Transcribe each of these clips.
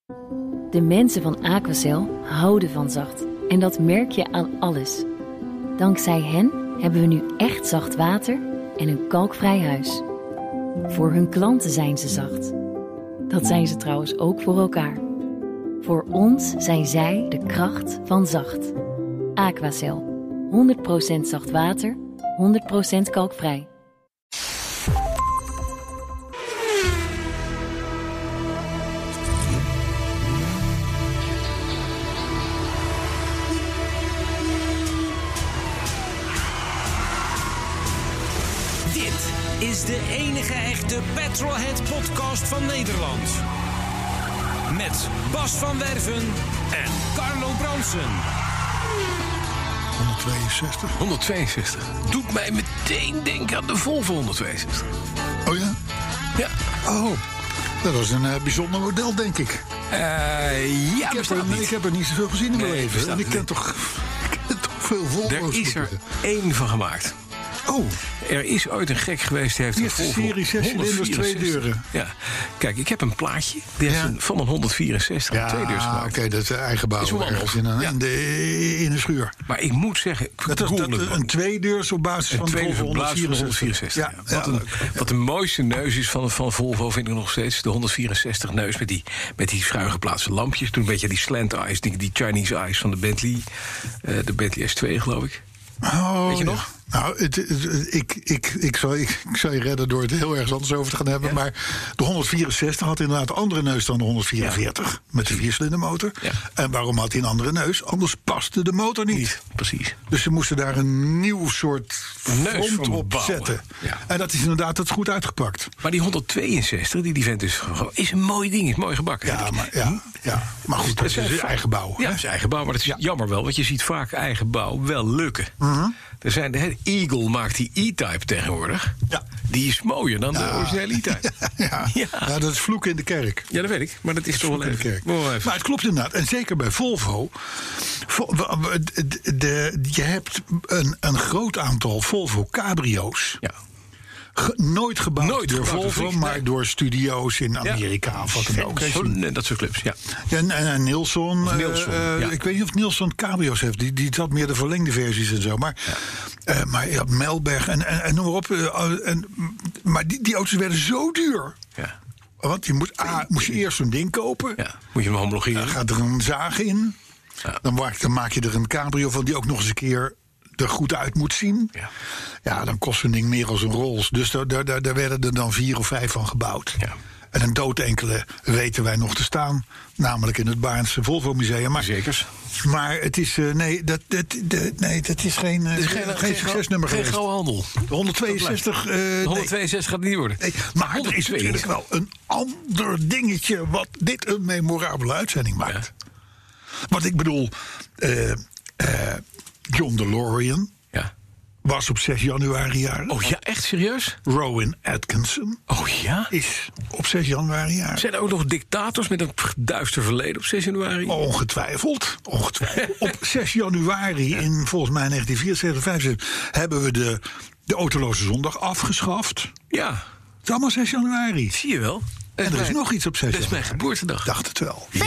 De mensen van Aquacel houden van zacht. En dat merk je aan alles. Dankzij hen hebben we nu echt zacht water en een kalkvrij huis. Voor hun klanten zijn ze zacht. Dat zijn ze trouwens ook voor elkaar. Voor ons zijn zij de kracht van zacht. Aquacel. 100% zacht water, 100% kalkvrij. Is de enige echte Petrolhead-podcast van Nederland. Met Bas van Werven en Carlo Bronsen. 162. 162. Doet mij meteen denken aan de Volvo 162. Oh ja? Ja. Oh, dat was een bijzonder model, denk ik. Ik heb er niet zoveel gezien in mijn leven. En ik ken toch veel Volvo's. Er is er één van gemaakt. Oh. Er is ooit een gek geweest die heeft een eerste Volvo serie 6 cilinders, 2 deuren. Ja. Kijk, ik heb een plaatje. Die heeft van een 164 een 2 deurs gemaakt. Oké, dat is eigen bouw ergens in een schuur. Maar ik moet zeggen, een 2 deurs op basis van de Volvo 164. Ja. Wat de mooiste neus is van Volvo, vind ik nog steeds. De 164 neus met die schuin geplaatste lampjes. Toen een beetje die slant eyes, die Chinese eyes van de Bentley. De Bentley S2, geloof ik. Oh, weet je nog? Nou, ik zal je redden door het heel ergens anders over te gaan hebben. Ja. Maar de 164 had inderdaad een andere neus dan de 144. Met de 4-cilindermotor. Ja. En waarom had hij een andere neus? Anders paste de motor niet. Precies. Dus ze moesten daar een nieuw soort front op zetten. Ja. En dat is inderdaad het goed uitgepakt. Maar die 162, die vent is een mooi ding, is mooi gebakken. Maar goed, dat is eigen bouw. Ja, dat is eigen bouw, maar dat is jammer wel. Want je ziet vaak eigen bouw wel lukken. Mm-hmm. De Eagle maakt die E-Type tegenwoordig. Ja. Die is mooier dan de originele E-Type. Ja, dat is vloek in de kerk. Ja, dat weet ik. Maar dat is toch wel in de kerk. Maar het klopt inderdaad. En zeker bij Volvo. Je hebt een groot aantal Volvo cabrio's. Ja. Nooit gebouwd door Volvo, maar door studio's in Amerika of wat dan ook. Dat soort clubs, ja. En Nilsson. Ik weet niet of Nilsson cabrio's heeft. Die had meer de verlengde versies en zo. Maar Melberg en noem maar op. Maar die auto's werden zo duur. Ja. Want je moest je eerst zo'n ding kopen. Ja. Moet je hem homologeren. Dan gaat er een zaag in. Ja. Dan maak je er een cabrio van die ook nog eens een keer er goed uit moet zien. Ja, dan kost een ding meer als een Rolls. Dus daar werden er dan 4 of 5 van gebouwd. Ja. En een dood-enkele weten wij nog te staan. Namelijk in het Baarnse Volvo Museum. Zekers. Maar het is dat is geen succesnummer geweest. Geen gouden handel. De 162... de 162 gaat het niet worden. Nee, maar er is natuurlijk wel een ander dingetje wat dit een memorabele uitzending maakt. Ja. Want ik bedoel... John DeLorean was op 6 januari jarig. Oh ja, echt serieus? Rowan Atkinson is op 6 januari jarig. Zijn er ook nog dictators met een duister verleden op 6 januari? Ongetwijfeld. Op 6 januari in volgens mij 1974, 75 hebben we de autoloze zondag afgeschaft. Ja. Het is allemaal 6 januari. Zie je wel. En er is nog iets op 6 januari. Dat is mijn geboortedag. Dacht het wel. Ja.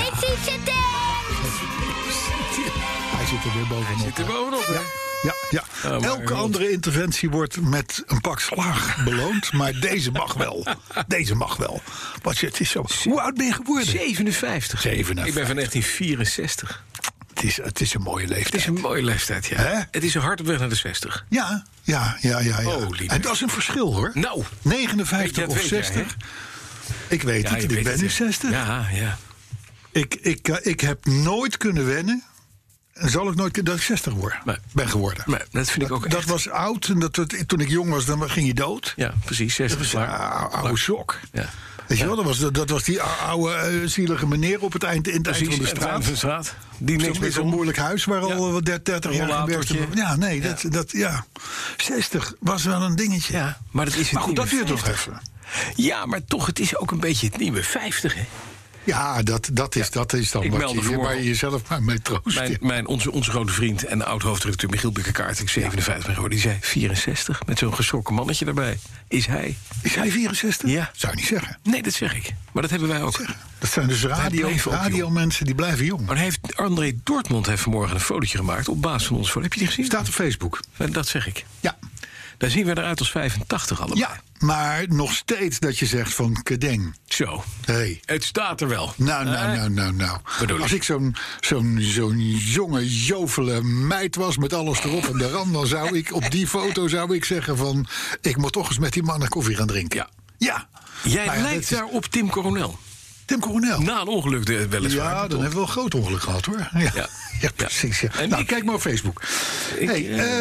Hij zit er weer bovenop. Hè? Ja. Elke andere interventie wordt met een pak slaag beloond. Maar deze mag wel. Want het is zo. Hoe oud ben je geworden? 57. Ik ben van 1964. Het is een mooie leeftijd. Het is een mooie leeftijd, ja. Hè? Het is een hard op weg naar de 60. Ja. En dat is een verschil, hoor. Nou. 59 of 60. Jij, ik weet het. Ik ben nu 60. Ja. Ik heb nooit kunnen wennen. En zal ik nooit dat ik 60 ben geworden. Nee, dat vind ik ook Dat was oud. En toen ik jong was, dan ging je dood. Ja, precies. 60 dat was oude sok. Ja. Weet je wel, dat was die oude zielige meneer op het eind van de straat. Die niks meer zo'n moeilijk huis waar al 30 jaar gewerkt. Ja, nee, dat 60 was wel een dingetje. Ja, maar dat is het. Maar goed, dat duurt toch even. Ja, maar toch, het is ook een beetje het nieuwe 50, hè? Ja, dat is dan waar je jezelf maar mee troost. Onze grote vriend en oud-hoofdredacteur Michiel Bukkerkaart, ik 57 ben geworden, die zei 64, met zo'n geschrokken mannetje erbij. Is hij 64? Ja. Zou je niet zeggen. Nee, dat zeg ik. Maar dat hebben wij ook. Dat zijn dus radiomensen die blijven jong. Maar André Dortmund heeft vanmorgen een fotootje gemaakt op basis van ons foto. Heb je die gezien? Staat op Facebook. Dat zeg ik. Ja. Daar zien we eruit als 85 allemaal. Ja, maar nog steeds dat je zegt van kedeng. Zo. Hey. Het staat er wel. Nou. Als ik zo'n jonge, jovele meid was met alles erop en eraan, dan zou ik op die foto zeggen van, ik moet toch eens met die mannen koffie gaan drinken. Ja. Jij lijkt daar op Tim Coronel. Tim Coronel. Na een ongeluk weliswaar. Ja, dan hebben we wel een groot ongeluk gehad, hoor. Ja, precies. Ja. Nou, kijk maar op Facebook. Hij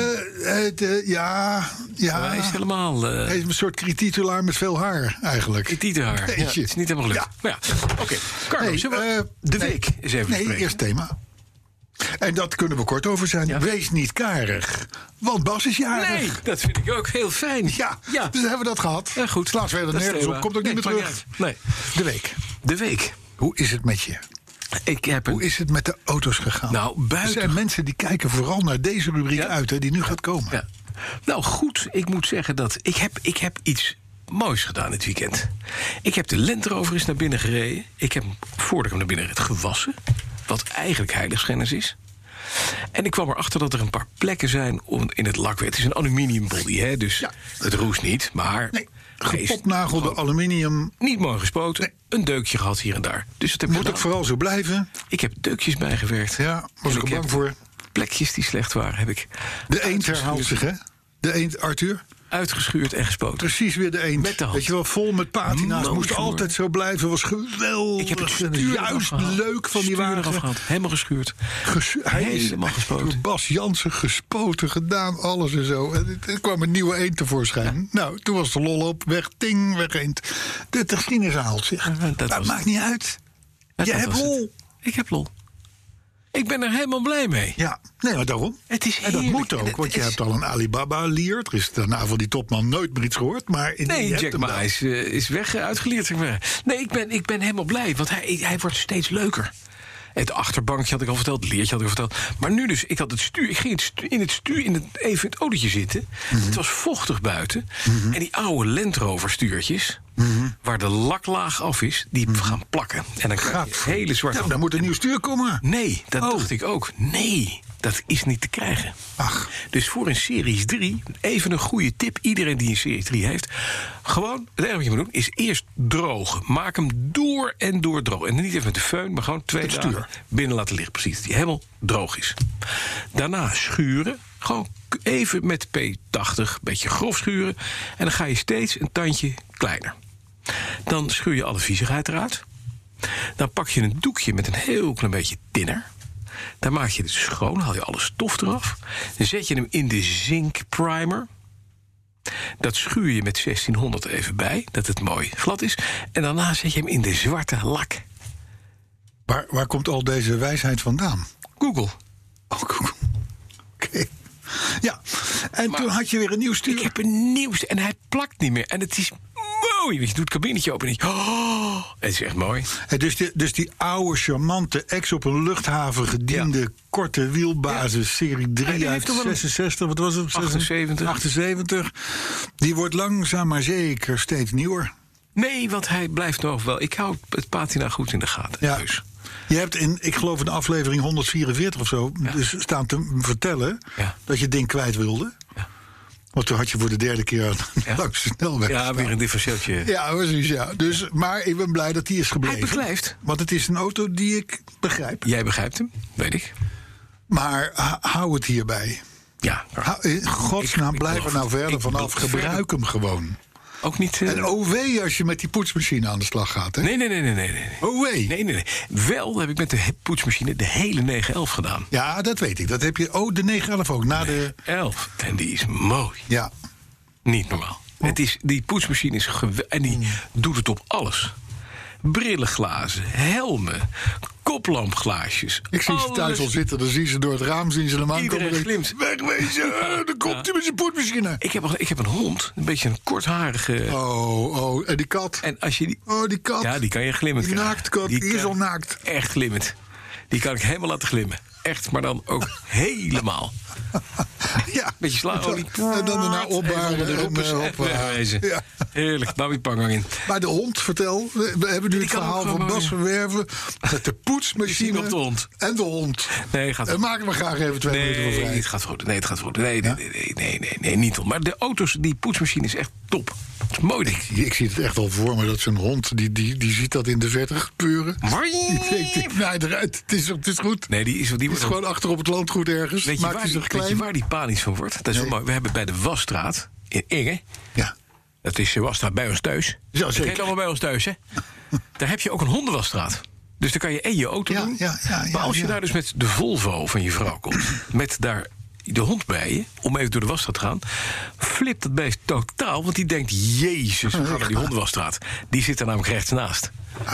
is helemaal... Hij is een soort krititulaar met veel haar, eigenlijk. Krititulaar. Ja, het is niet helemaal gelukt. Ja. Oké. Carlo, de week is even bespreken. Eerst thema. En dat kunnen we kort over zijn. Ja. Wees niet karig. Want Bas is jarig. Nee, dat vind ik ook heel fijn. Ja. Dus hebben we dat gehad. Goed. Slaat verder nergens op. Komt ook niet meer terug. Nee. De week. Hoe is het met je? Hoe is het met de auto's gegaan? Nou, buiten... Er zijn mensen die kijken vooral naar deze rubriek uit, hè, die nu gaat komen. Ja. Nou goed, ik moet zeggen dat ik heb iets moois gedaan dit weekend. Ik heb de Land Rover eens naar binnen gereden. Ik heb, voordat ik hem naar binnen reed, gewassen. Wat eigenlijk heiligschennis is. En ik kwam erachter dat er een paar plekken zijn in het lakwerk. Het is een aluminium body, hè, dus het roest niet, maar... Nee. Gepopnagelde aluminium. Niet mooi gespoten. Nee. Een deukje gehad hier en daar. Dus het moet ook vooral zo blijven. Ik heb deukjes bijgewerkt. Ja, was ik er bang voor. Plekjes die slecht waren, heb ik... De eend herhaalt zich, hè? De eend, Arthur? Uitgeschuurd en gespoten. Precies weer de eend. Met de hand. Weet je wel, vol met patina's. Het moest altijd zo blijven. Was geweldig. Ik heb het stuur juist leuk van die wagen. Gehad. Helemaal geschuurd. Helemaal gespoten. Door Bas Jansen gespoten, gedaan, alles en zo. En er kwam een nieuwe eend tevoorschijn. Ja. Nou, toen was de lol op. Weg, ting, weg eend. De geschiedenis haalt zich. Dat maakt niet uit. Je hebt lol. Ik heb lol. Ik ben er helemaal blij mee. Ja, nee, maar daarom. Het is en dat moet ook, want je hebt al een Alibaba-lier. Er is daarna van die topman nooit meer iets gehoord. Maar Jack Ma is weg, uitgeleerd. Zeg maar. Nee, ik ben helemaal blij, want hij wordt steeds leuker. Het achterbankje had ik al verteld, het leertje had ik al verteld. Maar nu dus, ik had het stuur. Ik ging even het autootje zitten. Mm-hmm. Het was vochtig buiten. Mm-hmm. En die oude Land Rover stuurtjes, waar de laklaag af is, die gaan plakken. En dan krijg je hele zwarte... Nou, dan moet een nieuw stuur komen. Nee, dat dacht ik ook. Nee, dat is niet te krijgen. Ach. Dus voor een Series 3, even een goede tip. Iedereen die een Series 3 heeft, gewoon, het enige wat je moet doen, is eerst droog. Maak hem door en door droog. En niet even met de föhn, maar gewoon 2 dagen binnen laten liggen. Precies, dat die helemaal droog is. Daarna schuren. Gewoon even met P80, een beetje grof schuren. En dan ga je steeds een tandje kleiner. Dan schuur je alle viezigheid eruit. Dan pak je een doekje met een heel klein beetje tinner. Dan maak je het schoon, haal je alle stof eraf. Dan zet je hem in de zink primer. Dat schuur je met 1600 even bij, dat het mooi glad is. En daarna zet je hem in de zwarte lak. Waar komt al deze wijsheid vandaan? Google. Oh, Google. Oké. Ja, en maar toen had je weer een nieuw stuur. Ik heb een nieuw stuur en hij plakt niet meer. En het is mooi. Je doet het kabinetje open en het is echt mooi. Dus die oude, charmante ex op een luchthaven gediende korte wielbasis serie 3 uit 66, wat was het? 78. Die wordt langzaam maar zeker steeds nieuwer. Nee, want hij blijft nog wel. Ik hou het patina goed in de gaten. Ja. Dus. Je hebt ik geloof in de aflevering 144 of zo, dus staan te vertellen dat je het ding kwijt wilde. Ja. Want toen had je voor de 3e keer langs de snelweg gestaan. Weer een differentiaaltje. Ja, precies, ja. Dus, maar ik ben blij dat die is gebleven. Hij blijft. Want het is een auto die ik begrijp. Jij begrijpt hem, weet ik. Maar hou het hierbij. Ja. In godsnaam, blijf er nou verder vanaf. Gebruik hem gewoon. Ook niet... En OW als je met die poetsmachine aan de slag gaat, hè? Nee. OW. Nee. Wel heb ik met de poetsmachine de hele 911 gedaan. Ja, dat weet ik. Dat heb je... Oh, de 911 ook. Na de 11. En die is mooi. Ja. Niet normaal. Die poetsmachine is en die doet het op alles. Brillenglazen, helmen, Koplampglaasjes. Ik zie ze thuis al zitten, dan zien ze door het raam, zien ze hem aankomen. Iedereen glimt. Wegwezen, dan komt hij met zijn poetmachine. Ik heb een hond, een beetje een kortharige. Oh, en die kat. En als je die... Oh, die kat. Ja, die kan je glimmend Die krijgen. naaktkat, die is al naakt. Echt glimmend. Die kan ik helemaal laten glimmen. Echt, maar dan ook helemaal. Ja. Beetje slaolie. En dan daarna opbaren de roepers en wegwezen. Ja. Heerlijk, Babi Pangang. Maar de hond, vertel. We hebben nu het kan verhaal ook van gewoon Bas van Werven. Met de poetsmachine. Op de hond. En de hond. Nee, gaat En maken we graag even 2 minuten voor vrij. het gaat goed. Nee, het gaat goed. Nee, niet om. Maar de auto's, die poetsmachine is echt top. Dat is mooi, denk ik. Ik zie het echt al voor me dat zo'n hond, die ziet dat in de verte gebeuren. Die denkt, nee, eruit. Het is goed. Nee, die Het is gewoon achter op het landgoed ergens. Weet je waar die panisch van wordt? Dat is wel mooi. We hebben bij de Wasstraat in Inge. Ja. Dat is de wasstraat bij ons thuis. Ja, Dat zeker. heet allemaal bij ons thuis, hè? Daar heb je ook een hondenwasstraat. Dus dan kan je en je auto doen. Maar als je daar dus met de Volvo van je vrouw komt, met daar de hond bij je, om even door de wasstraat te gaan, flipt dat beest totaal, want die denkt, jezus, we gaan naar die hondenwasstraat. Die zit er namelijk rechts naast.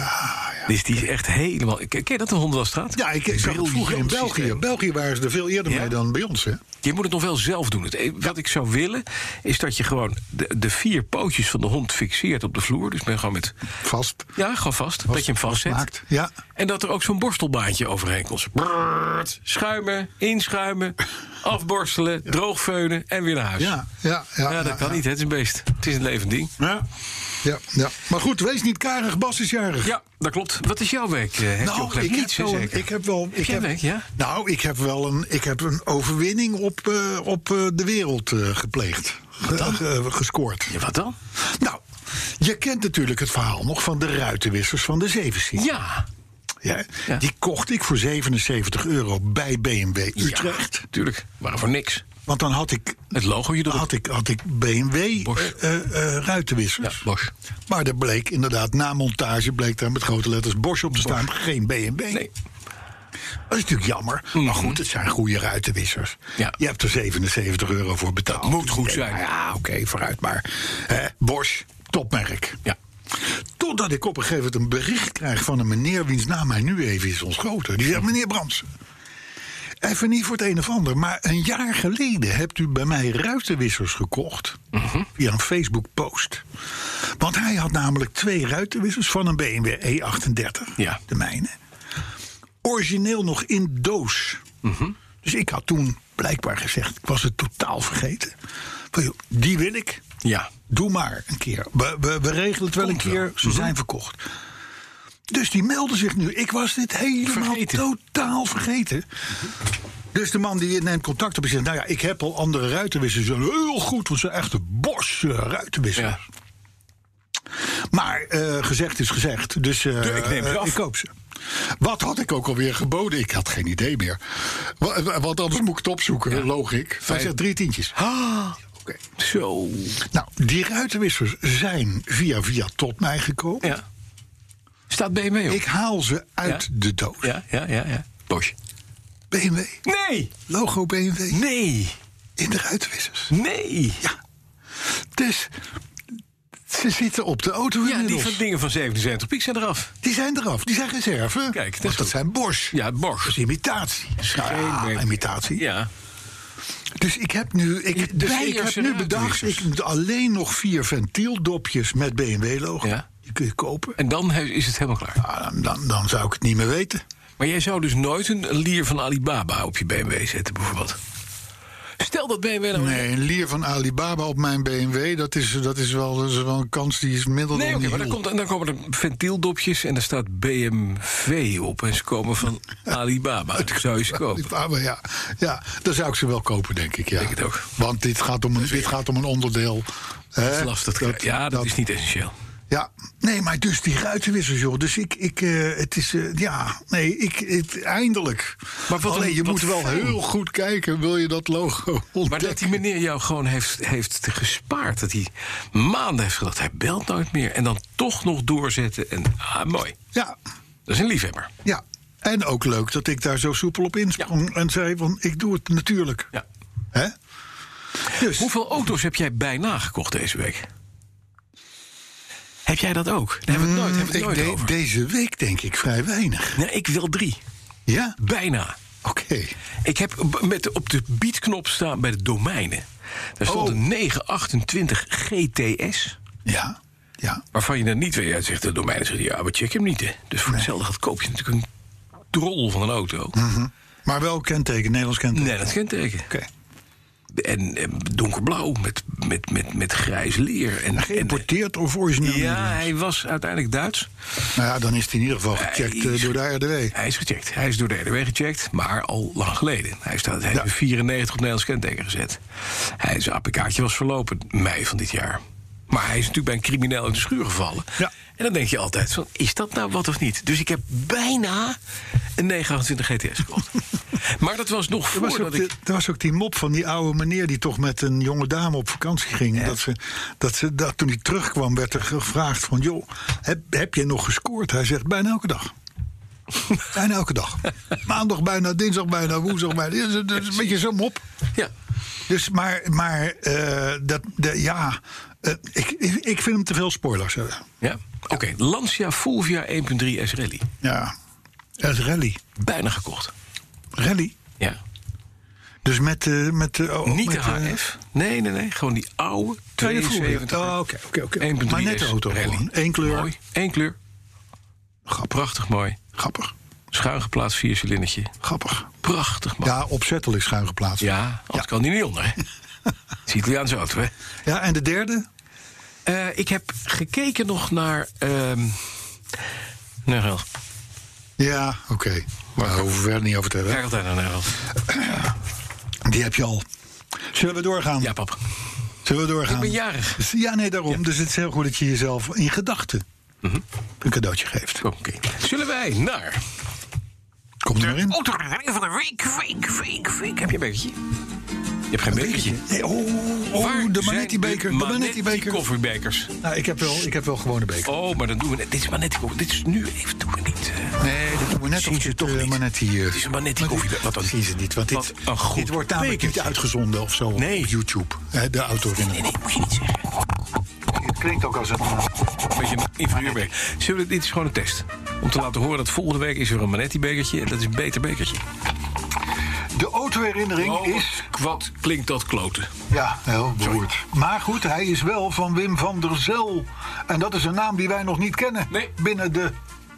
Dus die is echt helemaal... Ken je dat, een hondenwasstraat? Ja, ik zag het vroeger in België. systeem. België waren ze er veel eerder mee dan bij ons, hè? Je moet het nog wel zelf doen. Wat ik zou willen, is dat je gewoon de 4 pootjes van de hond fixeert op de vloer. Dus ben gewoon met... Vast. Ja, gewoon vast. Dat je hem vastzet. Maakt. Ja. En dat er ook zo'n borstelbaantje overheen komt. Brrrt, schuimen, inschuimen, afborstelen, droogveunen en weer naar huis. Ja, Dat kan niet, het is een beest. Het is een levend ding. Ja. Maar goed, wees niet karig, Bas is jarig. Ja, dat klopt. Wat is jouw week? Heb je ook gelijk niets, zeker? Ik heb wel... Nou, ik heb een overwinning op de wereld gepleegd. Gescoord. Ja, wat dan? Nou, je kent natuurlijk het verhaal nog van de ruitenwissers van de Zevensier. Ja. Ja, die kocht ik voor €77 bij BMW Utrecht. Ja, tuurlijk. Waren voor niks. Want dan had ik het logo erop. Had ik BMW ruitenwissers. Ja, Bosch. Maar er bleek inderdaad, na montage bleek daar met grote letters Bosch op te staan. Geen BMW. Nee. Dat is natuurlijk jammer. Maar goed, het zijn goede ruitenwissers. Ja. Je hebt er €77 voor betaald. Dat moet goed zijn. Nou ja, oké, vooruit maar. Bosch, topmerk. Ja. Totdat ik op een gegeven moment een bericht krijg van een meneer wiens naam mij nu even is ontschoten. Die zegt, meneer Brandsen, even niet voor het een of ander, maar een jaar geleden hebt u bij mij ruitenwissers gekocht. Via een Facebook post. Want hij had namelijk 2 ruitenwissers van een BMW E38. Ja. De mijne. Origineel nog in doos. Dus ik had toen blijkbaar gezegd, ik was het totaal vergeten. Van, joh, die wil ik. Ja. Doe maar een keer. We regelen het wel een keer. Ze zijn verkocht. Dus die meldde zich nu. Ik was dit helemaal totaal vergeten. Dus de man die neemt contact op en zegt, nou ja, ik heb al andere ruitenwissers. Heel goed, want ze zijn echte Bosch ruitenwissers. Ja. Maar gezegd is gezegd. Dus ik neem ze af. Ik koop ze. Wat had ik ook alweer geboden? Ik had geen idee meer. Want anders moet ik het opzoeken, loog ik. Hij zegt 3 tientjes. Okay. Zo. Nou, die ruitenwissers zijn via tot mij gekomen. Ja. Staat BMW op? Ik haal ze uit de doos. Ja. Bosch. BMW. Nee. Logo BMW. Nee. In de ruitenwissers. Nee. Ja. Dus ze zitten op de auto inmiddels. Die van dingen van 77 piek zijn eraf. Die zijn eraf. Die zijn reserve. Kijk, dat zijn Bosch. Ja, Bosch. Dat is imitatie. Geen imitatie. Ja. Dus ik heb nu, bedacht, ik moet alleen nog 4 ventieldopjes met BMW-logo. Ja. Die kun je kopen. En dan is het helemaal klaar. Ja, dan zou ik het niet meer weten. Maar jij zou dus nooit een lier van Alibaba op je BMW zetten, bijvoorbeeld? Stel dat BMW nou... Nee, een lier van Alibaba op mijn BMW, dat is wel een kans die is minder dan Nee, nul. maar dan komen er ventieldopjes en er staat BMW op. En ze komen van Alibaba. Dat zou je ze kopen. Alibaba, ja, dan zou ik ze wel kopen, denk ik. Ja. Denk het ook. Want dit gaat om een onderdeel. Dat is lastig. Dat is niet essentieel. Ja, nee, maar dus die ruitenwissers, joh. Dus eindelijk. Maar alleen, je moet wel heel goed kijken, wil je dat logo ontdekken. Maar dat die meneer jou gewoon heeft gespaard. Dat hij maanden heeft gedacht, hij belt nooit meer. En dan toch nog doorzetten. En mooi. Ja. Dat is een liefhebber. Ja, en ook leuk dat ik daar zo soepel op insprong. Ja. En zei, van, ik doe het natuurlijk. Ja. Hè? Dus. Hoeveel auto's heb jij bijna gekocht deze week? Heb jij dat ook? Daar hebben we het nooit over. Deze week denk ik vrij weinig. Nee, ik wil 3. Ja? Bijna. Oké. Ik heb op de biedknop staan bij de domeinen. Daar stond een 928 GTS. Ja. Waarvan je dan niet weer zegt, de domeinen zeggen, ja, maar check hem niet, hè. Dus voor hetzelfde geld koop je natuurlijk een drol van een auto. Mm-hmm. Maar wel kenteken, Nederlands kenteken? Nederlands kenteken. Oké. En donkerblauw met grijs leer. En geïmporteerd of origineel? Ja, hij was uiteindelijk Duits. Nou ja, dan is hij in ieder geval gecheckt door de RDW. Hij is gecheckt. Hij is door de RDW gecheckt, maar al lang geleden. Hij heeft 94 op Nederlands kenteken gezet. Zijn APK'tje was verlopen mei van dit jaar. Maar hij is natuurlijk bij een crimineel in de schuur gevallen. Ja. En dan denk je altijd van, is dat nou wat of niet? Dus ik heb bijna een 928 GTS gekocht. Maar dat was nog voordat ik... Er was ook die mop van die oude meneer die toch met een jonge dame op vakantie ging. Ja. Dat toen hij terugkwam werd er gevraagd van, joh, heb je nog gescoord? Hij zegt, bijna elke dag. Bijna elke dag. Maandag bijna, dinsdag bijna, woensdag bijna. Dat is een beetje zo'n mop. Ja. Dus, ik vind hem te veel spoilers hebben. Ja? Oké. Lancia Fulvia 1.3 S-Rally. Ja, S-Rally. Bijna gekocht. Rally? Ja. Dus met niet de HF? Nee. Gewoon die oude 72. Oké. 1.3 Maar net de auto rally. gewoon. 1 kleur. Mooi. 1 kleur. Prachtig mooi. Grappig. Schuin geplaatst 4-cilindertje. Grappig. Prachtig man. Ja, opzettelijk schuin geplaatst. Ja, anders kan die niet onder, hè? Het is Italiaanse auto, hè? Ja, en de derde? Ik heb gekeken nog naar... Nederland. Ja, oké. Maar daar hoeven we er niet over te hebben. Kijk altijd naar Nederland. Die heb je al. Zullen we doorgaan? Ja, pap. Zullen we doorgaan? Ik ben jarig. Ja, nee, daarom. Ja. Dus het is heel goed dat je jezelf in gedachten een cadeautje geeft. Oké. Zullen wij naar... Kom er maar in. Autorijder van de week. Heb je een bekertje? Je hebt geen bekertje. Nee, de Manetti-beker. De Manetti-beker. Koffiebekers. Nou, ik heb wel gewone beker. Oh, maar dan doen we net. Dit is Manetti koffie. Dit is nu even doen we niet. Nee, dat doen we net zien ze toch niet. Manetti. Het is een Manetti koffiebeker. Wat dan zien ze niet? Want dit wordt namelijk niet uitgezonden of zo op YouTube. De auto erin. Nee, moet je niet zeggen. Het klinkt ook als een beetje een inferieur beker. Dit is gewoon een test. Om te laten horen dat volgende week is er een Manetti-bekertje. En dat is een beter bekertje. De autoherinnering is... Wat klinkt dat kloten? Ja, heel beroerd. Maar goed, hij is wel van Wim van der Zel. En dat is een naam die wij nog niet kennen. Nee. Binnen de...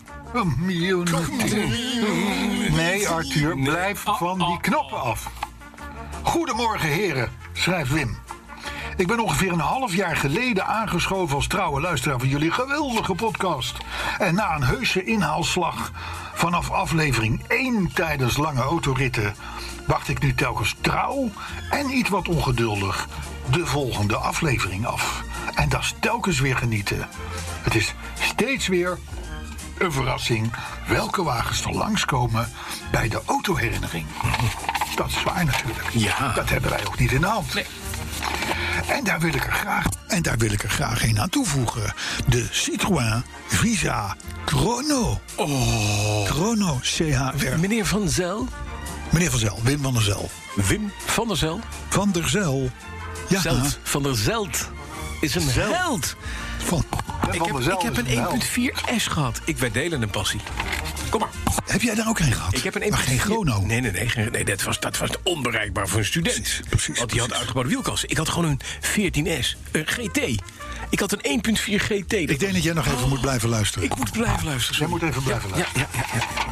Nee, Arthur, blijf van die knoppen af. Goedemorgen, heren, schrijft Wim. Ik ben ongeveer een half jaar geleden aangeschoven als trouwe luisteraar van jullie geweldige podcast. En na een heuse inhaalslag vanaf aflevering 1 tijdens lange autoritten wacht ik nu telkens trouw en iets wat ongeduldig de volgende aflevering af. En dat is telkens weer genieten. Het is steeds weer een verrassing welke wagens er langskomen bij de autoherinnering. Dat is waar natuurlijk. Ja. Dat hebben wij ook niet in de hand. Nee. En daar wil ik er graag een aan toevoegen. De Citroën Visa Chrono. Chrono CHR. Meneer Van Zel? Meneer Van Zel, Wim van der Zel. Wim van der Zel? Van der Zel. Ja. Zelt. Van der Zelt is een held. Ik heb een 1.4 S gehad. Wij delen een passie. Kom maar. Heb jij daar ook een gehad? Ik heb een 1.4. Maar geen chrono? Nee, dat was onbereikbaar voor een student. Precies. Want die had uitgebouwde wielkassen. Ik had gewoon een 14S, een GT. Ik had een 1.4 GT. Ik denk dat jij nog even moet blijven luisteren. Ik moet blijven luisteren. Jij moet even blijven luisteren. Ja.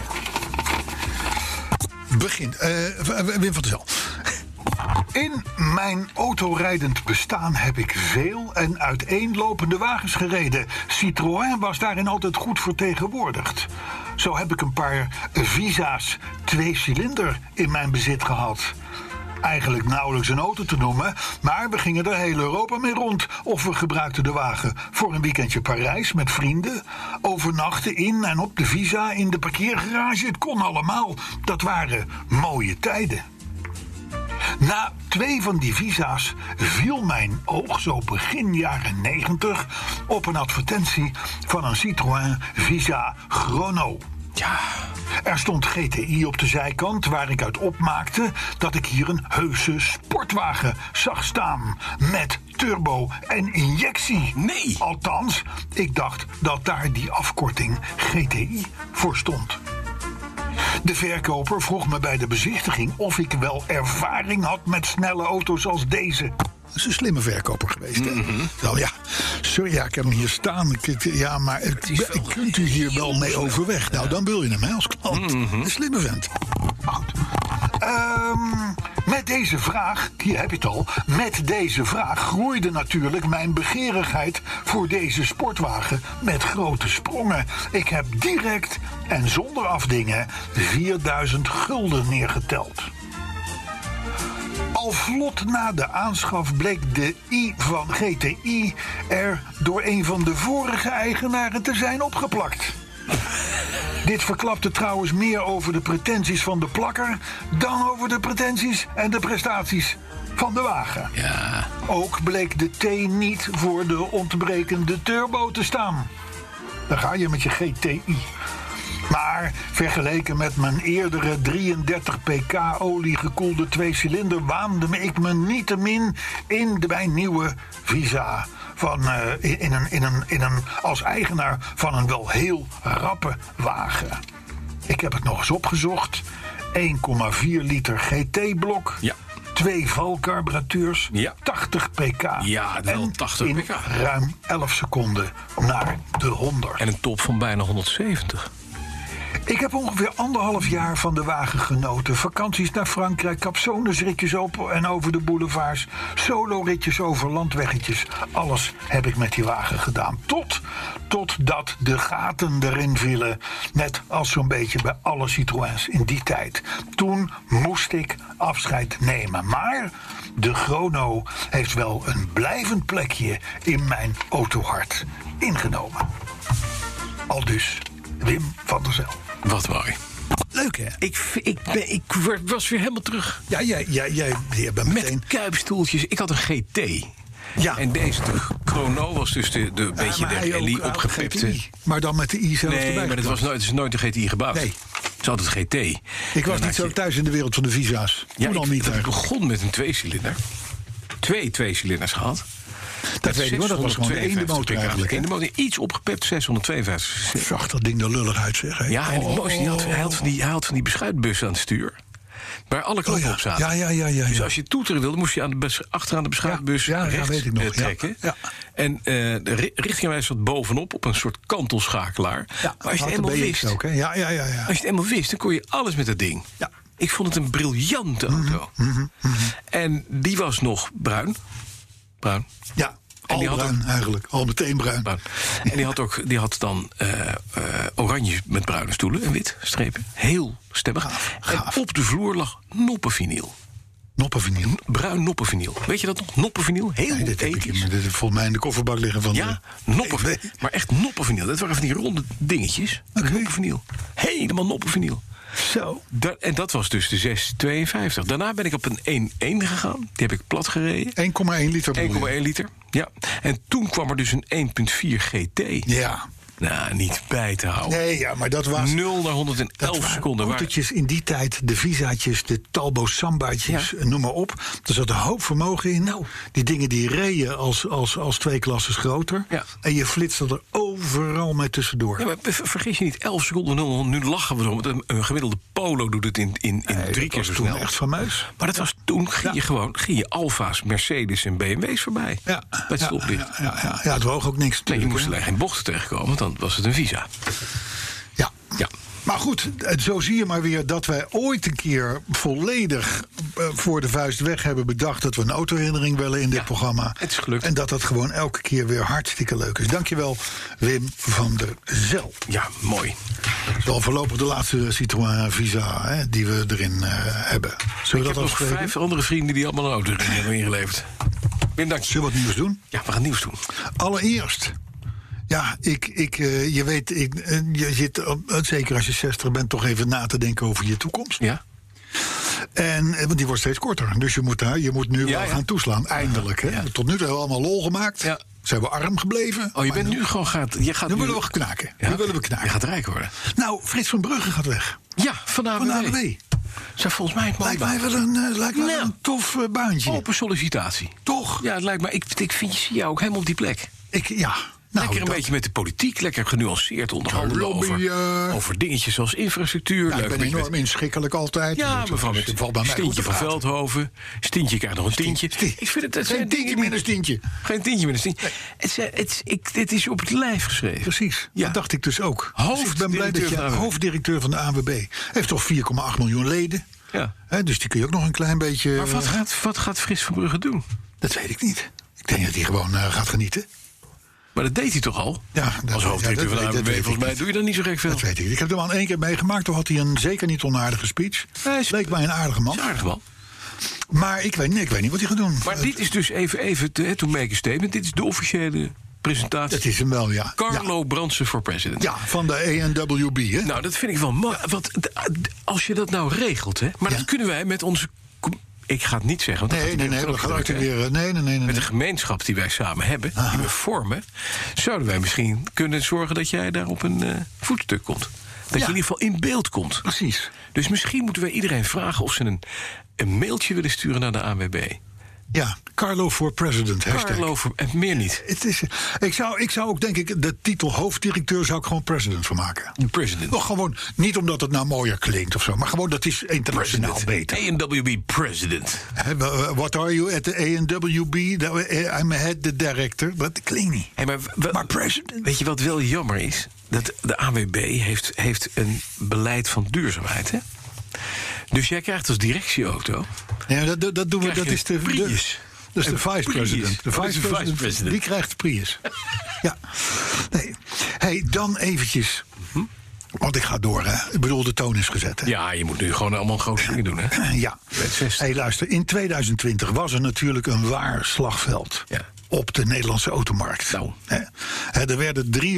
Begin. Wim van der Zel. In mijn autorijdend bestaan heb ik veel en uiteenlopende wagens gereden. Citroën was daarin altijd goed vertegenwoordigd. Zo heb ik een paar Visa's 2-cilinder in mijn bezit gehad. Eigenlijk nauwelijks een auto te noemen, maar we gingen er heel Europa mee rond. Of we gebruikten de wagen voor een weekendje Parijs met vrienden. Overnachten in en op de Visa in de parkeergarage. Het kon allemaal. Dat waren mooie tijden. Na 2 van die Visa's viel mijn oog zo begin jaren 90 op een advertentie van een Citroën Visa Chrono. Ja. Er stond GTI op de zijkant waar ik uit opmaakte dat ik hier een heuse sportwagen zag staan met turbo en injectie. Nee. Althans, ik dacht dat daar die afkorting GTI voor stond. De verkoper vroeg me bij de bezichtiging of ik wel ervaring had met snelle auto's als deze. Dat is een slimme verkoper geweest, hè? Wel ja, sorry, ja, ik heb hem hier staan. Ja, maar kunt u hier wel mee overweg? Nou, dan wil je hem, hè, als klant. Een slimme vent. Goed. Met deze vraag, hier heb je het al. Met deze vraag groeide natuurlijk mijn begeerigheid voor deze sportwagen met grote sprongen. Ik heb direct en zonder afdingen 4000 gulden neergeteld. Al vlot na de aanschaf bleek de i van GTI er door een van de vorige eigenaren te zijn opgeplakt. Dit verklapte trouwens meer over de pretenties van de plakker dan over de pretenties en de prestaties van de wagen. Ja. Ook bleek de T niet voor de ontbrekende turbo te staan. Daar ga je met je GTI. Maar vergeleken met mijn eerdere 33 pk oliegekoelde 2-cilinder waande ik me niettemin in mijn nieuwe Visa. Als eigenaar van een wel heel rappe wagen. Ik heb het nog eens opgezocht. 1,4 liter GT-blok. Ja. 2 valcarburateurs. Ja. 80 pk. Ja, wel en 80 in pk. ruim 11 seconden naar de 100. En een top van bijna 170. Ik heb ongeveer 1,5 jaar van de wagen genoten. Vakanties naar Frankrijk, capsonesritjes op en over de boulevards, soloritjes over landweggetjes. Alles heb ik met die wagen gedaan. Totdat de gaten erin vielen. Net als zo'n beetje bij alle Citroëns in die tijd. Toen moest ik afscheid nemen. Maar de Chrono heeft wel een blijvend plekje in mijn autohart ingenomen. Aldus Wim van der Zijl. Wat mooi. Leuk, hè? Ik was weer helemaal terug. Ja, jij bent meteen... Met kuipstoeltjes. Ik had een GT. Ja. En deze de Chrono was dus de beetje de rally opgepepte. Maar dan met de i zelf Nee, erbij. maar het is nooit de GTI gebouwd. Nee. Het is altijd GT. Ik was niet zo thuis in de wereld van de Visa's. Toen al niet Ik eigenlijk. begon met een 2-cilinder. 2 2-cilinders gehad. Dat weet ik wel, dat was gewoon de ene motor eigenlijk. En de motor iets opgepept, 652. Zag dat ding er lullig uit, zeg. Hè? Ja, en het mooiste, hij had van die beschuitbussen aan het stuur. Waar alle knoppen op zaten. Ja. Dus als je toeteren wilde, moest je achteraan de beschuitbus rechts weet ik nog. trekken. Ja. En de richtingwijzer zat bovenop op een soort kantelschakelaar. Ja, maar als je het eenmaal wist, ook, hè? Ja. als je het eenmaal wist, dan kon je alles met dat ding. Ja. Ik vond het een briljante auto. En die was nog bruin. Ja. En Al die had bruin eigenlijk. Al meteen bruin. En die had dan oranje met bruine stoelen en wit strepen. Heel stemmig. Gaaf. En op de vloer lag noppenvinyl. Noppenvinyl. Bruin noppenvinyl. Weet je dat nog? Noppenvinyl. Heel Nee, dit heb ik ethisch. volgens mij in de kofferbak liggen van... Ja, noppenvinyl. Nee. Maar echt noppenvinyl. Dat waren van die ronde dingetjes. Noppenvinyl. Helemaal noppenvinyl. Zo. En dat was dus de 652. Daarna ben ik op een 1.1 gegaan. Die heb ik plat gereden. 1,1 liter. 1,1 liter. Ja. En toen kwam er dus een 1.4 GT. Ja. Nou, niet bij te houden. Nee, ja, maar dat was... 0 naar 111 seconden. Autootjes in die tijd, de Visaatjes, de Talbot Sambaatjes, noem maar op. Er zat een hoop vermogen in. Nou. Die dingen die reden als 2 klasses groter. Ja. En je flitste er overal mee tussendoor. Ja, maar vergis je niet, 11 seconden 0. Nu lachen we erom. Een gemiddelde Polo doet het in 3 keer zo toen snel. echt fameus. Maar dat was toen, ging je Alfa's, Mercedes en BMW's voorbij. Ja, Bij het stoplicht. Ja, het woog ook niks Nee, je natuurlijk. moest alleen geen bochten tegenkomen, want dan was het een Visa. Ja. Ja. Maar goed, zo zie je maar weer dat wij ooit een keer volledig voor de vuist weg hebben bedacht dat we een autoherinnering willen in dit programma. Het is gelukt. En dat gewoon elke keer weer hartstikke leuk is. Dankjewel, Wim van der Zijl. Ja, mooi. Wel voorlopig de laatste Citroën Visa die we erin hebben. Zullen we Ik dat heb nog afspreken? 5 andere vrienden die allemaal een autoherinnering hebben ingeleverd. Wim, dank je. Zullen we wat nieuws doen? Ja, we gaan nieuws doen. Allereerst. Ja, je weet, je zit, zeker als je 60 bent, toch even na te denken over je toekomst. Ja? Want die wordt steeds korter. Dus je moet nu wel gaan toeslaan. Eindelijk. Hè? Ja. Tot nu toe hebben we allemaal lol gemaakt. Ja. Zijn we arm gebleven. Oh, je bent nu gewoon Nu willen we knaken. Ja, Nu willen we knaken. Je gaat rijk worden. Nou, Frits van Brugge gaat weg. Ja, van Van de ABW. ABW. Zou volgens mij het Lijkt mij wel een tof baantje. Open sollicitatie. Toch? Ja, het lijkt me. Ik zie jou ook helemaal op die plek. Lekker een beetje met de politiek, lekker genuanceerd onderhandelen over dingetjes zoals infrastructuur. Ja, ik ben enorm inschikkelijk altijd. Ja, mevrouw met Stientje van Veldhoven. Stientje krijgt nog een tientje. Ik vind het geen tientje meer een stientje. Geen tientje meer een stientje. Het is op het lijf geschreven. Precies, dat dacht ik dus ook. Ik ben blij dat je hoofddirecteur van de ANWB heeft toch 4,8 miljoen leden. Ja. Dus die kun je ook nog een klein beetje... Maar wat gaat Frits van Brugge doen? Dat weet ik niet. Ik denk dat hij gewoon gaat genieten. Maar dat deed hij toch al? Ja, als hoofddirecteur van de ANWB, volgens mij doe je dan niet zo gek veel. Dat weet ik. Ik heb hem al 1 keer meegemaakt. Toen had hij een zeker niet onaardige speech. Leek mij een aardige man. Een aardige man. Maar ik weet niet wat hij gaat doen. Maar dit is dus even to make a statement. Dit is de officiële presentatie. Dat is hem wel, ja. Carlo Brandsen voor president. Ja, van de ANWB, hè? Nou, dat vind ik wel mooi. Als je dat nou regelt, hè. Maar dat kunnen wij met onze... Ik ga het niet zeggen. Want we gaan activeren. Nee. Met de gemeenschap die wij samen hebben, die we vormen, zouden wij misschien kunnen zorgen dat jij daar op een voetstuk komt. Dat je in ieder geval in beeld komt. Precies. Dus misschien moeten wij iedereen vragen of ze een mailtje willen sturen naar de ANWB. Ja, Carlo for President. Carlo voor, en meer niet. Ik zou ook, denk ik, de titel hoofddirecteur zou ik gewoon president van maken. President. Nog gewoon, niet omdat het nou mooier klinkt of zo, maar gewoon dat is internationaal beter. ANWB President. What are you at the ANWB? I'm head the director. Dat klinkt niet. Hey, maar president. Weet je wat wel jammer is? Dat de ANWB heeft een beleid van duurzaamheid, hè? Dus jij krijgt als directieauto... Ja, dat doen we. Dat is de Prius. Dat is de vice-president. De vice-president, die krijgt de Prius. Ja. Nee. Hey, dan eventjes... Want ik ga door, hè. Ik bedoel, de toon is gezet, hè. Ja, je moet nu gewoon allemaal grote dingen doen, hè. Ja. Hey, luister. In 2020 was er natuurlijk een waar slagveld... Ja. Op de Nederlandse automarkt. Nou. Er werden 356.000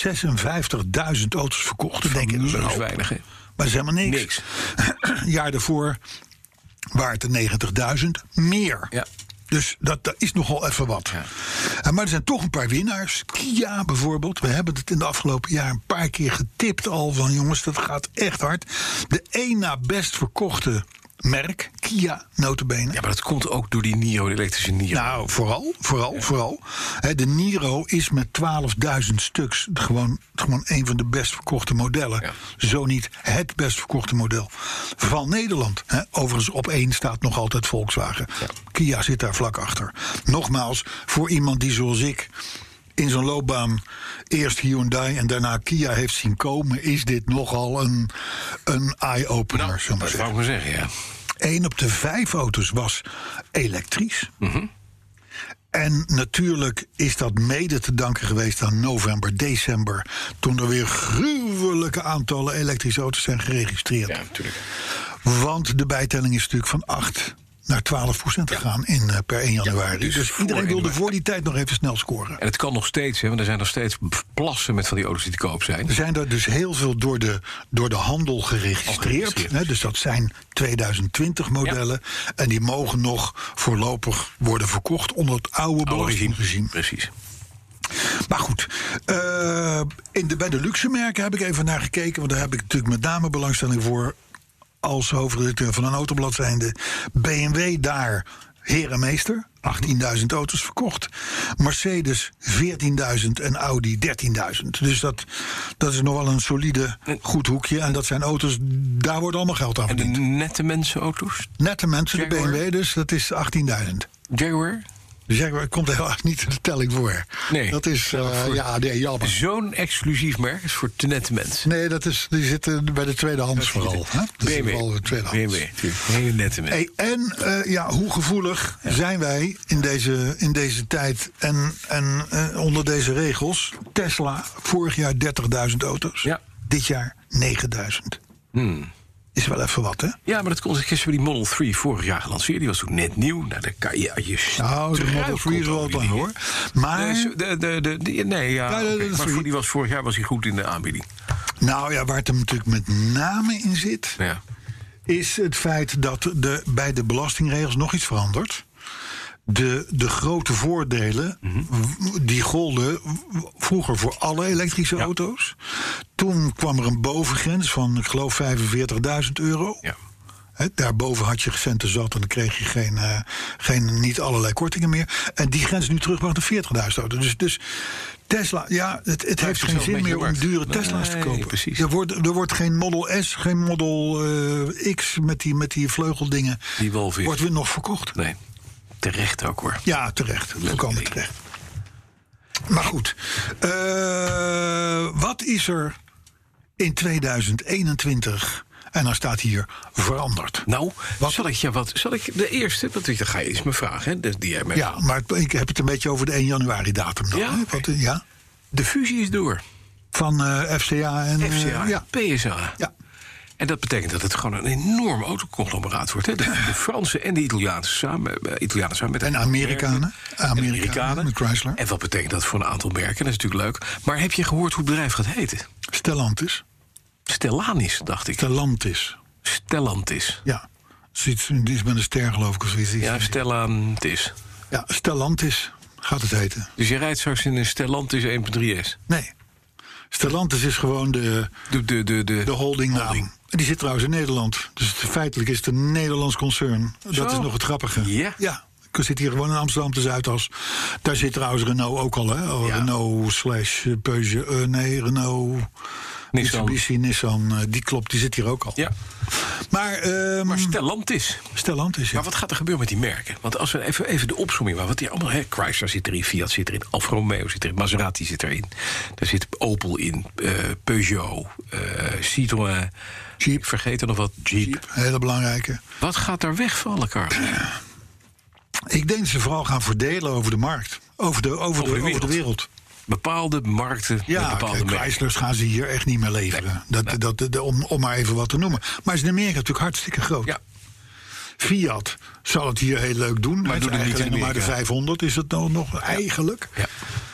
auto's verkocht. Dat denk ik, dat is weinig, hè. Maar dat is helemaal niks. Jaar daarvoor waren het er 90.000 meer. Ja. Dus dat is nogal even wat. Ja. Maar er zijn toch een paar winnaars. Kia bijvoorbeeld. We hebben het in de afgelopen jaar een paar keer getipt al. Van jongens, dat gaat echt hard. De 1 na best verkochte merk, Kia, nota bene. Ja, maar dat komt ook door die Niro, de elektrische Niro. Nou, vooral. De Niro is met 12.000 stuks gewoon een van de best verkochte modellen. Ja. Zo niet het best verkochte model van Nederland. Overigens op 1 staat nog altijd Volkswagen. Ja. Kia zit daar vlak achter. Nogmaals, voor iemand die zoals ik in zo'n loopbaan eerst Hyundai en daarna Kia heeft zien komen, is dit nogal een eye-opener. Nou, dat zou ik maar zeggen, ja. 1 op de 5 auto's was elektrisch. Mm-hmm. En natuurlijk is dat mede te danken geweest aan november, december, toen er weer gruwelijke aantallen elektrische auto's zijn geregistreerd. Ja, natuurlijk. Want de bijtelling is natuurlijk van 8 naar 12% gegaan per 1 januari. Ja, dus iedereen wilde voor die tijd nog even snel scoren. En het kan nog steeds, hè, want er zijn nog steeds plassen met van die auto's die te koop zijn. Er zijn er dus heel veel door de handel geregistreerd. Dus dat zijn 2020 modellen. Ja. En die mogen nog voorlopig worden verkocht onder het oude belastingregime. Precies. Maar goed, bij de luxe merken heb ik even naar gekeken. Want daar heb ik natuurlijk met name belangstelling voor. Als hoofdredacteur van een autoblad zijnde. BMW daar herenmeester. 18.000 auto's verkocht. Mercedes 14.000 en Audi 13.000. Dus dat is nog wel een solide goed hoekje. En dat zijn auto's, daar wordt allemaal geld aan verdiend. En de nette mensenauto's? Nette mensen, Jaguar? De BMW dus, dat is 18.000. Jaguar? De Jaguar komt helaas niet in de telling voor. Nee. Dat is, jammer. Zo'n exclusief merk is voor te nette mensen. Nee, die zitten bij de tweedehands vooral. BMW. Hele nette mensen. Hey, hoe gevoelig zijn wij in deze tijd en onder deze regels? Tesla, vorig jaar 30.000 auto's. Ja. Dit jaar 9.000. Is wel even wat, hè? Ja, maar dat kon gisteren die Model 3 vorig jaar gelanceerd. Die was toen net nieuw. Nou, dan kan je de Model 3 is wel wat lang, hoor. Maar die was vorig jaar goed in de aanbieding. Nou ja, waar het hem natuurlijk met name in zit, is het feit dat bij de belastingregels nog iets verandert. De grote voordelen, die golden vroeger voor alle elektrische auto's. Toen kwam er een bovengrens van, ik geloof, €45.000. Ja. Daarboven had je centen zat en dan kreeg je niet allerlei kortingen meer. En die grens nu terugbracht naar 40.000 auto's. Dus Tesla, het heeft geen zin meer om dure Tesla's te kopen. Precies. Er wordt geen Model S, geen Model X met die vleugeldingen. Die Wolf wordt weer nog verkocht. Nee, terecht ook hoor. Ja, terecht. Volkomen terecht. Maar goed, wat is er in 2021... En dan staat hier veranderd. Nou, zal ik de eerste... Want dan ga je eens me vragen. Hè, die jij maar ik heb het een beetje over de 1 januari datum dan. Ja, hè? Okay. De fusie is door. Van FCA en... PSA. Ja. En dat betekent dat het gewoon een enorm autoconglomeraat wordt. Hè? De Fransen en de Italianen samen met... En Amerikanen. Met Chrysler. En wat betekent dat voor een aantal merken? Dat is natuurlijk leuk. Maar heb je gehoord hoe het bedrijf gaat heten? Stellantis. Stellantis, dacht ik. Stellantis. Ja. Die is met een ster, geloof ik. Of zoiets. Ja, Stellantis. Ja, Stellantis gaat het heten. Dus je rijdt straks in een Stellantis 1.3S? Nee. Stellantis is gewoon de holdingnaam. Die zit trouwens in Nederland. Dus feitelijk is het een Nederlands concern. Dat is nog het grappige. Ja. Ik zit hier gewoon in Amsterdam te Zuidas. Daar zit trouwens Renault ook al, hè? Renault / Peugeot. Renault... Mitsubishi, Nissan, die klopt, die zit hier ook al. Ja. Maar Stellantis. Stellantis, ja. Maar wat gaat er gebeuren met die merken? Want als we even de opsomming maken. Wat die allemaal, Chrysler zit erin, Fiat zit erin, Alfa Romeo zit erin, Maserati zit erin. Daar zit Opel in, Peugeot, Citroën. Jeep. Vergeet er nog wat, Jeep. Hele belangrijke. Wat gaat daar wegvallen, Carlo? Ik denk dat ze vooral gaan verdelen over de markt. Over de wereld. Bepaalde markten met bepaalde merken. Chryslers gaan ze hier echt niet meer leveren. Nee. Om maar even wat te noemen. Maar is in Amerika natuurlijk hartstikke groot. Ja. Fiat zal het hier heel leuk doen. Maar doet het niet in maar de 500 is het nog eigenlijk. Ja.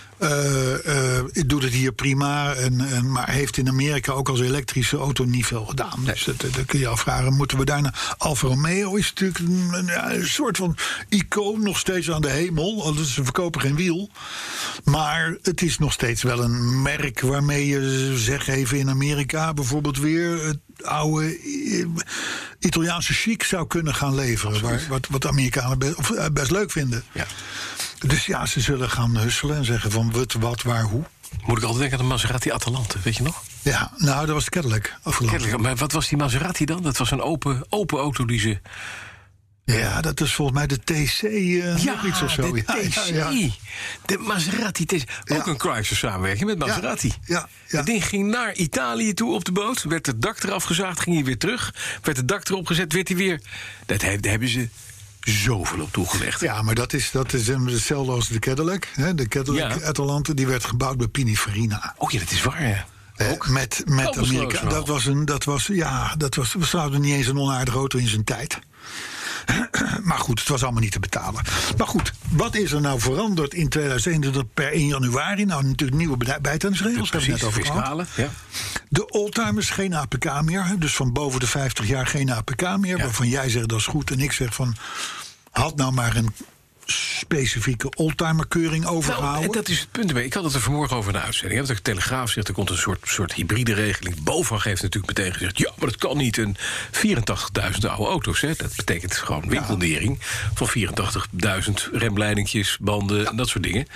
Doet het hier prima, maar heeft in Amerika ook als elektrische auto niet veel gedaan. Nee. Dus dat kun je afvragen, moeten we daarna... Alfa Romeo is natuurlijk een soort van icoon, nog steeds aan de hemel. Dus ze verkopen geen wiel. Maar het is nog steeds wel een merk waarmee je, zeg even in Amerika... bijvoorbeeld weer het oude Italiaanse chic zou kunnen gaan leveren. Wat de Amerikanen best leuk vinden. Ja. Dus ja, ze zullen gaan husselen en zeggen van wat, waar, hoe. Moet ik altijd denken aan de Maserati Atalante, weet je nog? Ja, nou, dat was de Cadillac. Maar wat was die Maserati dan? Dat was een open auto die ze... Ja, dat is volgens mij de TC iets of zo. De TC. Ja. De Maserati TC. Ook een Chrysler samenwerking met Maserati. Ja. Het ding ging naar Italië toe op de boot. Werd het dak eraf gezaagd, ging hij weer terug. Werd het dak erop gezet, werd hij weer... Daar hebben ze... zoveel op toegelegd. Ja, maar dat is hetzelfde als de Cadillac. Hè? De Cadillac Atalante, die werd gebouwd bij Pininfarina. Oh ja, dat is waar, ja. Ook met Amerika. Dat was trouwens niet eens een onaardige auto in zijn tijd. Maar goed, het was allemaal niet te betalen. Maar goed, wat is er nou veranderd in 2021 per 1 januari? Nou, natuurlijk nieuwe bijtellingsregels. Hebben we net over gehad. Ja. De oldtimers geen APK meer. Dus van boven de 50 jaar geen APK meer. Ja. Waarvan jij zegt dat is goed en ik zeg van... had nou maar een specifieke oldtimerkeuring overgehouden. Nou, en dat is het punt. Ik had het er vanmorgen over in de uitzending. De Telegraaf zegt, er komt een soort hybride regeling. BOVAG heeft natuurlijk meteen gezegd... ja, maar dat kan niet. Een 84.000 oude auto's. Hè. Dat betekent gewoon winkelnering van 84.000 remleidingjes, banden en dat soort dingen. 95%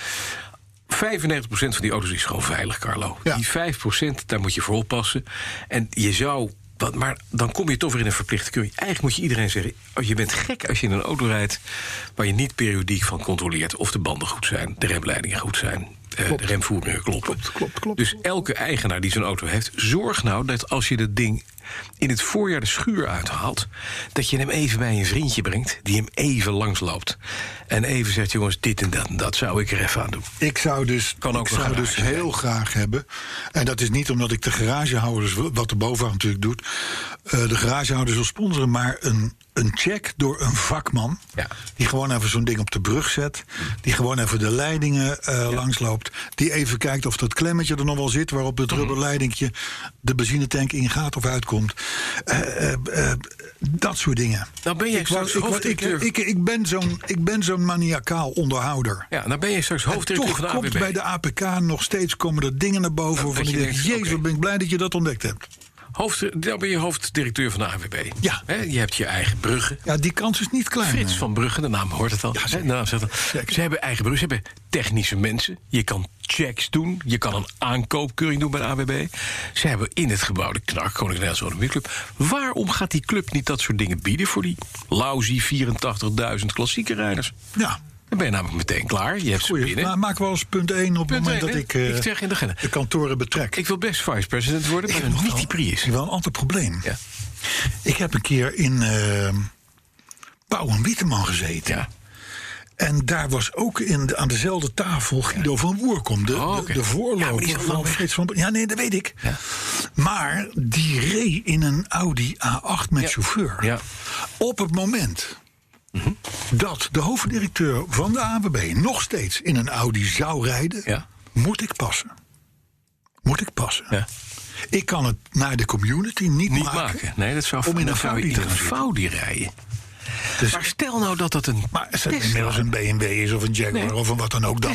van die auto's is gewoon veilig, Carlo. Ja. Die 5%, daar moet je voor oppassen. En je zou... Maar dan kom je toch weer in een verplichte keuring. Eigenlijk moet je iedereen zeggen... je bent gek als je in een auto rijdt... waar je niet periodiek van controleert... of de banden goed zijn, de remleidingen goed zijn... de remvoeringen kloppen. Klopt. Dus elke eigenaar die zo'n auto heeft... zorg nou dat als je dat ding in het voorjaar de schuur uithaalt... dat je hem even bij een vriendje brengt... die hem even langsloopt. En even zegt, jongens, dit en dat zou ik er even aan doen. Ik zou dus heel graag hebben... en dat is niet omdat ik de garagehouders... wat de BOVAG natuurlijk doet... de garagehouders wil sponsoren... maar een check door een vakman... die gewoon even zo'n ding op de brug zet... die gewoon even de leidingen langsloopt... die even kijkt of dat klemmetje er nog wel zit... waarop het rubberleidingje de benzinetank ingaat of uitkomt. Dat soort dingen. Nou ben je ik ben zo'n maniacaal onderhouder. Ja, nou ben je straks hoofddirecteur van de ABB. Bij de APK nog steeds komen er dingen naar boven... waarvan ik denk, jezus, ben ik blij dat je dat ontdekt hebt. Dan ben je hoofddirecteur van de ANWB. Ja. Je hebt je eigen bruggen. Ja, die kans is niet klein. Frits van Brugge, de naam hoort het al. Ja, De naam zegt het. Ze hebben eigen bruggen, ze hebben technische mensen. Je kan checks doen, je kan een aankoopkeuring doen bij de ANWB. Ze hebben in het gebouw de KNAK, Koninklijke Nederlandse Automobielclub. Waarom gaat die club niet dat soort dingen bieden voor die lousy 84.000 klassieke rijders? Ja. Dan ben je namelijk meteen klaar. Je hebt ze binnen. Maar maak wel eens punt 1 op het moment dat ik zeg in de kantoren betrek. Ik wil best vice-president worden, maar nog niet die Prius. Ik heb wel een ander probleem. Ja. Ik heb een keer in Pauw en Witteman gezeten. Ja. En daar was ook aan dezelfde tafel Guido van Woerkom. De voorloper van Frits van... Ja, nee, dat weet ik. Ja. Maar die reed in een Audi A8 met chauffeur. Ja. Op het moment dat de hoofddirecteur van de ANWB nog steeds in een Audi zou rijden... moet ik passen. Ja. Ik kan het naar de community niet maken. Nee, dat zou om in een Audi te gaan Audi rijden. Dus, maar stel nou dat het een maar als het inmiddels een BMW is of een Jaguar of een wat dan ook...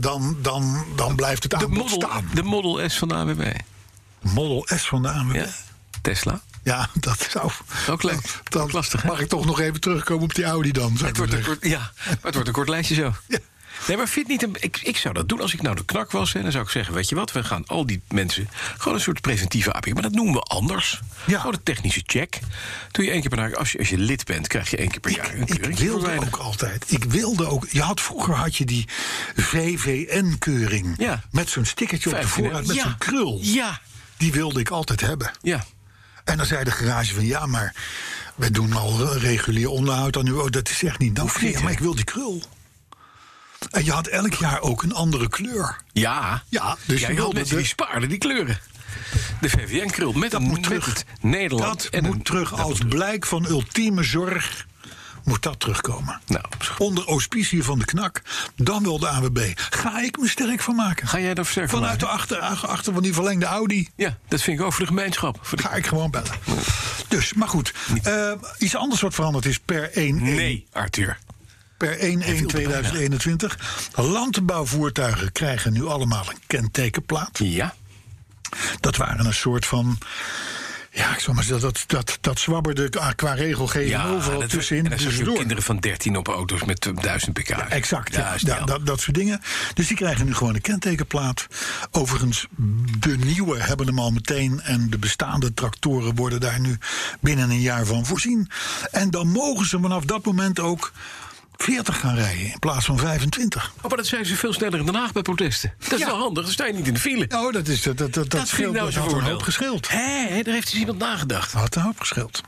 dan blijft het aanbod staan. De Model S van de ANWB. Model S van de ANWB? Ja. Tesla. Ja, dat zou... Ook leuk. Dan ook lastig, hè? Mag ik toch nog even terugkomen op die Audi dan? Het wordt een kort lijstje zo. Ja. Nee, maar vind niet ik zou dat doen als ik nou de KNAK was. Dan zou ik zeggen, weet je wat, we gaan al die mensen... gewoon een soort preventieve APK, maar dat noemen we anders. Ja. Gewoon een technische check. Doe je 1 keer per jaar, als je lid bent, krijg je 1 keer per jaar een keuring. Ik wilde ook altijd. Vroeger had je die VVN-keuring. Ja. Met zo'n stickertje op de vooruit, met zo'n krul. Ja. Die wilde ik altijd hebben. Ja. En dan zei de garage van, ja, maar we doen al regulier onderhoud aan uw... dat is echt niet nodig. Nee, maar ik wil die krul. En je had elk jaar ook een andere kleur. Ja, dus je wilde mensen die spaarden die kleuren. De VVN-krul met het Nederland. Dat moet terug als blijk van ultieme zorg. Moet dat terugkomen. Nou, onder auspicie van de KNAK. Dan wil de ANWB. Ga ik me sterk van maken. Ga jij daar sterk van maken? Vanuit de achter van die verlengde Audi. Ja, dat vind ik ook voor de gemeenschap. Ga ik gewoon bellen. Dus, maar goed. Iets anders wat veranderd is per 1-1. Nee, Arthur. Per 1/1/2021. Landbouwvoertuigen krijgen nu allemaal een kentekenplaat. Ja. Dat waren een soort van... Ja, ik zou maar zeggen, dat zwabberde qua regelgeving overal tussenin. En dan zag je kinderen van 13 op auto's met 1000 pk. Ja, exact, dat soort dingen. Dus die krijgen nu gewoon een kentekenplaat. Overigens, de nieuwe hebben hem al meteen... en de bestaande tractoren worden daar nu binnen een jaar van voorzien. En dan mogen ze vanaf dat moment ook... 40 gaan rijden in plaats van 25. Oh, maar dat zijn ze veel sneller in Den Haag bij protesten. Dat is wel handig, dan sta je niet in de file. Oh, dat scheelt, nou had een hoop gescheeld. Hé, daar heeft dus iemand nagedacht. Had een hoop gescheeld.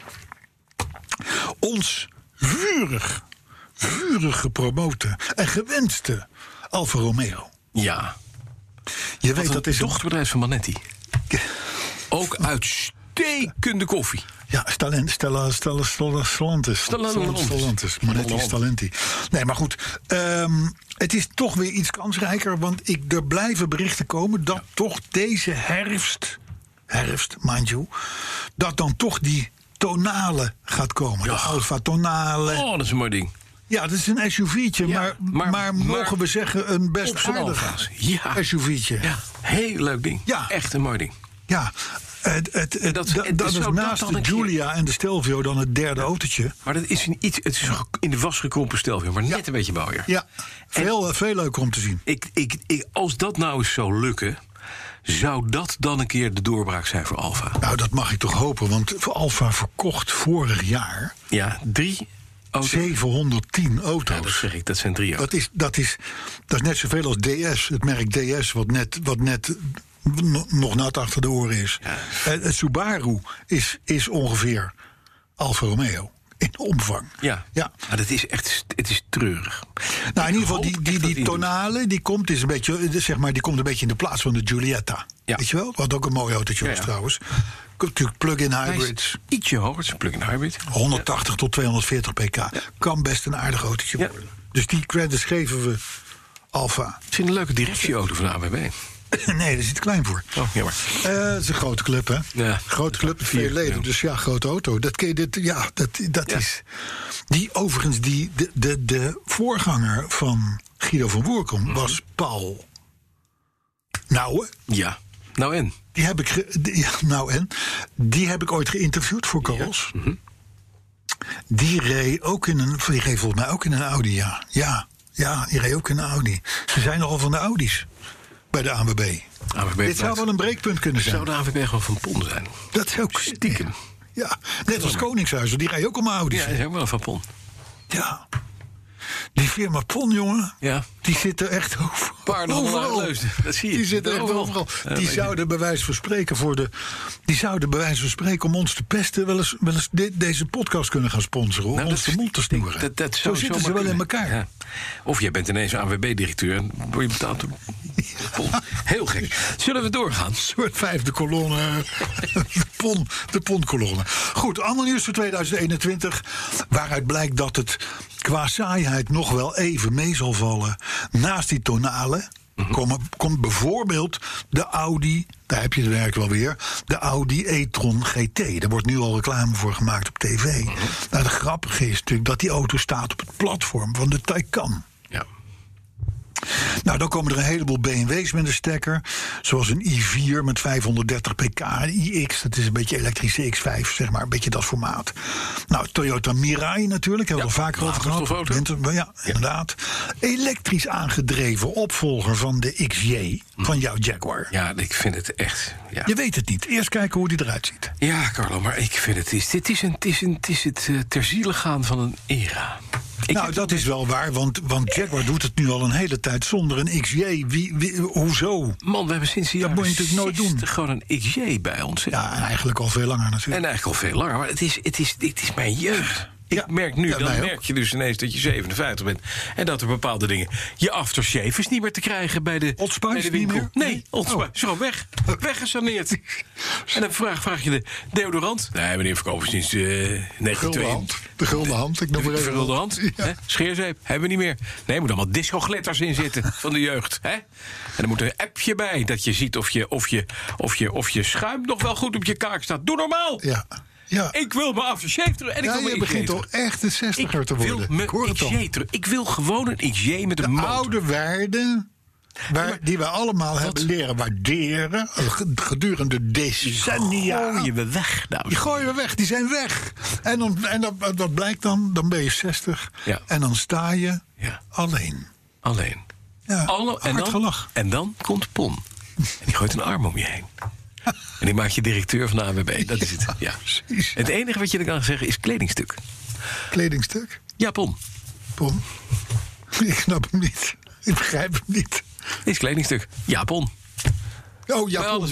Ons vurig gepromote en gewenste Alfa Romeo. Ja. Je weet dat is een dochterbedrijf van Manetti. Ook uitstekende koffie. Ja, Stellantis. Manetti Stellantis. Nee, maar goed. Het is toch weer iets kansrijker. Want er blijven berichten komen dat toch deze herfst, mind you... dat dan toch die Tonale gaat komen. De Alfa Tonale. Oh, dat is een mooi ding. Ja, dat is een SUV'tje, ja, maar mogen we zeggen een best aardig SUV'tje. Ja, heel leuk ding. Ja. Echt een mooi ding. Ja, dat is naast de Giulia en de Stelvio dan het derde autootje. Maar dat is het is in de was gekrompen Stelvio, maar net een beetje mooier. Ja, veel leuker om te zien. Als dat nou eens zou lukken, zou dat dan een keer de doorbraak zijn voor Alfa? Nou, dat mag ik toch hopen, want Alfa verkocht vorig jaar... Ja, 3 auto's. 710 auto's. Ja, dat zeg ik, dat zijn 3 auto's. Dat is net zoveel als DS, het merk DS, wat net nog nat achter de oren is. Ja. Het Subaru is ongeveer Alfa Romeo in omvang. Ja. Maar dat is echt, het is treurig. Nou, in ieder geval die Tonale, die komt een beetje in de plaats van de Giulietta. Ja. Weet je wel? Wat ook een mooi autootje was trouwens. Natuurlijk plug-in hybrids. Ietsje hoger, het is een plug-in hybrid. 180 tot 240 pk. Ja. Kan best een aardig autootje worden. Dus die credits geven we Alfa. Misschien een leuke directieauto van de ANWB. Nee, daar zit klein voor. Oh, jammer. Het is een grote club, hè? Ja. Grote club, 4 leden. Dus ja, grote auto. Dat is... Die overigens, de voorganger van Guido van Woerkom was Paul Nouwen. Ja. Nou en? Die heb ik ooit geïnterviewd voor Caros. Ja. Mm-hmm. Die reed volgens mij ook in een Audi, ja. Ja, die reed ook in een Audi. Ze zijn nogal van de Audi's bij de ANWB. Dit zou wel een breekpunt kunnen zijn. Zou de ANWB gewoon van Pon zijn? Dat zou ook stiekem. Ja, net als Koningshuizen, die rijden ook allemaal Audi's. Ja, die zijn ook wel van Pon. Ja. Die firma Pon, jongen, die zit er echt overal. Dat zie je. Die zitten echt overal. Die zouden bij wijze van spreken om ons te pesten wel eens deze podcast kunnen gaan sponsoren. Om ons de mond te snoeren. Zo zitten ze wel in elkaar. Ja. Of jij bent ineens ANWB-directeur en word je betaald door Pon. Heel gek. Zullen we doorgaan? Een soort vijfde kolonne. De Pon-kolonne. Goed, ander nieuws voor 2021. Waaruit blijkt dat het qua saaiheid nog wel even mee zal vallen. Naast die tonale komt bijvoorbeeld de Audi, daar heb je het werk wel weer, de Audi e-tron GT. Daar wordt nu al reclame voor gemaakt op tv. Nou, de grappige is natuurlijk dat die auto staat op het platform van de Taycan. Ja. Nou, dan komen er een heleboel BMW's met een stekker. Zoals een i4 met 530 pk. Een iX, dat is een beetje elektrische X5, zeg maar. Een beetje dat formaat. Nou, Toyota Mirai natuurlijk, hebben we al vaker over gehad. Ja, inderdaad. Elektrisch aangedreven opvolger van de XJ van jouw Jaguar. Ja, ik vind het echt... Ja. Je weet het niet. Eerst kijken hoe die eruit ziet. Ja, Carlo, maar ik vind het... Dit is het ter ziele gaan van een era. Dat is wel waar, want Jaguar doet het nu al een hele tijd zonder een XJ. Hoezo? Man, we hebben sinds de jaren 60 gewoon een XJ bij ons. Hè? Ja, en eigenlijk al veel langer natuurlijk. En eigenlijk al veel langer, maar het is mijn jeugd. Ik merk nu, dan merk je dus ineens dat je 57 bent. En dat er bepaalde dingen... Je aftershave is niet meer te krijgen bij de winkel. Niet meer? Nee, Old Spice is gewoon weg. Weggesaneerd. En dan vraag je de deodorant. Nee, meneer verkopen sinds 1992. De gulden hand. Ik noem de gulden hand. Ja. Scheerzeep hebben we niet meer. Nee, er moet allemaal disco-glitters in zitten van de jeugd. Hè? En er moet een appje bij dat je ziet of je schuim nog wel goed op je kaak staat. Doe normaal! Ja. Ja. Ik wil me aftershave terug. En ik wil je begint toch echt een 60er te worden. Ik wil gewoon een XJ met een motor. De oude waarden die we allemaal hebben leren waarderen gedurende decennia. Die gooien we weg. Die gooien we weg, die zijn weg. En wat blijkt dan? Dan ben je 60 en dan sta je alleen. Ja, hard gelach. En dan komt Pon. En die gooit een arm om je heen. En die maakt je directeur van de ANWB. Dat is het. Ja. Precies. Het enige wat je dan kan zeggen is kledingstuk. Kledingstuk? Ja, Pon. Ik snap hem niet. Ik begrijp hem niet. Is kledingstuk. Japon. Oh, Japon.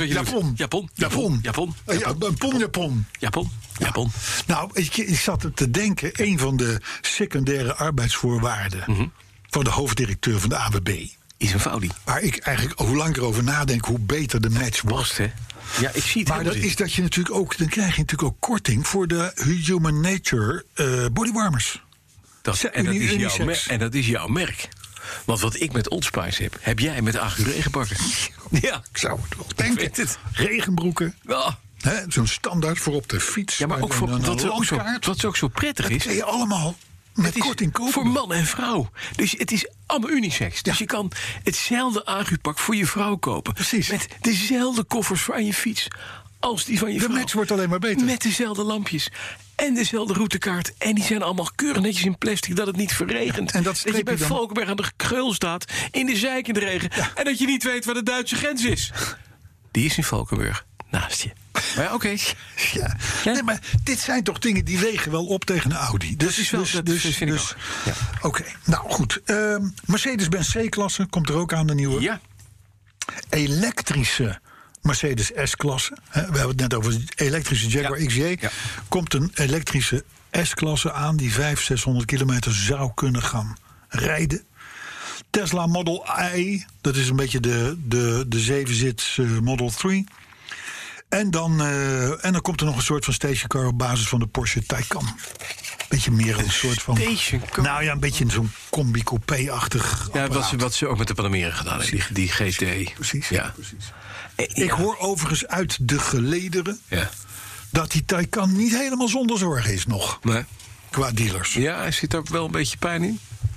Japon. Nou, ik zat er te denken. Een van de secundaire arbeidsvoorwaarden van de hoofddirecteur van de ANWB is een Faudi. Waar ik eigenlijk, hoe langer erover nadenk, hoe beter de match wordt. Hè? Ja, ik zie het. Maar dat is dat je natuurlijk ook, dan krijg je natuurlijk ook korting voor de Human Nature bodywarmers. En dat is jouw merk. Want wat ik met Old Spice heb jij met Aguré gebakken. Ja, ik zou het wel denken. Regenbroeken. Ja. Zo'n standaard voor op de fiets. Ja, maar ook voor wat ook zo prettig is. Dat kun je allemaal met korting kopen. Voor man en vrouw. Dus het is allemaal unisex. Dus je kan hetzelfde agupak voor je vrouw kopen. Precies. Met dezelfde koffers voor aan je fiets als die van je vrouw. De match wordt alleen maar beter. Met dezelfde lampjes. En dezelfde routekaart. En die zijn allemaal keurig netjes in plastic, dat het niet verregent. En dat je bij Valkenberg aan de geul staat, in de zeikende regen. Ja. En dat je niet weet waar de Duitse grens is. Die is in Valkenburg, naast je. Maar ja, oké. Ja. Nee, maar dit zijn toch dingen die wegen wel op tegen een Audi. Dus vind ik ook. Ja. Oké, nou goed. Mercedes-Benz C-klasse komt er ook aan, de nieuwe. Ja. Elektrische Mercedes S-klasse. We hebben het net over de elektrische Jaguar XJ. Ja. Komt een elektrische S-klasse aan die 500-600 kilometer zou kunnen gaan rijden. Tesla Model I, dat is een beetje de 7-zits Model 3. En dan komt er nog een soort van stationcar op basis van de Porsche Taycan. Beetje meer een soort van... Stationcar? Nou ja, een beetje zo'n combi-coupé-achtig Ja, wat ze ook met de Panamera gedaan hebben, die GT. Precies, ja. Precies. Ik hoor overigens uit de gelederen dat die Taycan niet helemaal zonder zorg is nog. Nee. Qua dealers. Ja, zit daar wel een beetje pijn in?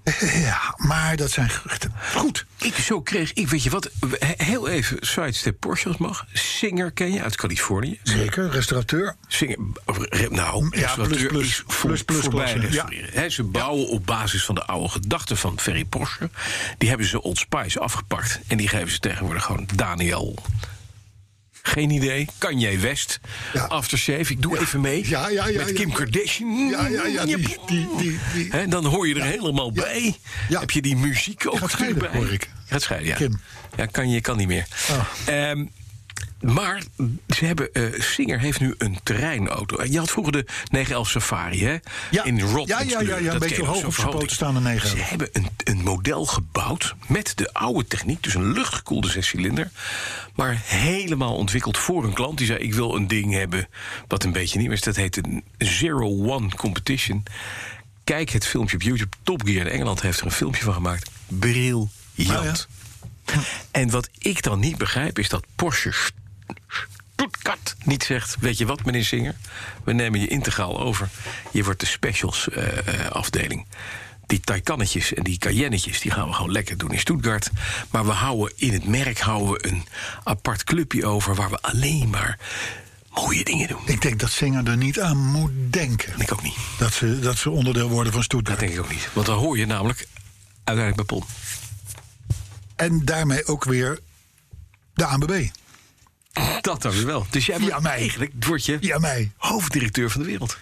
Ja, maar dat zijn geruchten. Goed. Weet je wat, heel even sidestep Porsche als mag. Singer ken je uit Californië. Zeker, restaurateur. Singer, Ja, plus voorbij klasse, restaureren. Ze bouwen op basis van de oude gedachten van Ferry Porsche. Die hebben ze Old Spice afgepakt. En die geven ze tegenwoordig gewoon Daniel. Geen idee. Kanye West. Ja. Aftershave. Ik doe even mee. Met Kim Kardashian. Die. Dan hoor je er helemaal bij. Ja. Heb je die muziek ook gaat scheiden, erbij? hoor ik. Gaat scheiden, ja. Kim. Ja, kan niet meer. Oh. Maar ze hebben, Singer heeft nu een terreinauto. Je had vroeger de 911 Safari, hè? Ja. In Rottenkleur. Een beetje hoog op zijn poten staande 9. Ze hebben een model gebouwd met de oude techniek. Dus een luchtgekoelde 6-cilinder. Maar helemaal ontwikkeld voor een klant. Die zei, ik wil een ding hebben wat een beetje nieuw is. Dat heet een Zero One Competition. Kijk het filmpje op YouTube. Top Gear in Engeland heeft er een filmpje van gemaakt. Briljant. En wat ik dan niet begrijp is dat Porsche Stuttgart niet zegt, weet je wat, meneer Singer, we nemen je integraal over. Je wordt de specials afdeling. Die Taycannetjes en die Cayennetjes, die gaan we gewoon lekker doen in Stuttgart. Maar we houden in het merk een apart clubje over waar we alleen maar mooie dingen doen. Ik denk dat Singer er niet aan moet denken. Ik ook niet. Dat ze onderdeel worden van Stuttgart. Dat denk ik ook niet. Want dan hoor je namelijk uiteindelijk bij Pon. En daarmee ook weer de ANWB. Dat dan weer wel. Dus jij wordt eigenlijk word je hoofddirecteur van de wereld.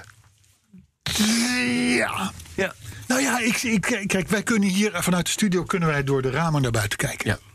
Ja. Nou ja, kijk, wij kunnen hier vanuit de studio door de ramen naar buiten kijken. Ja.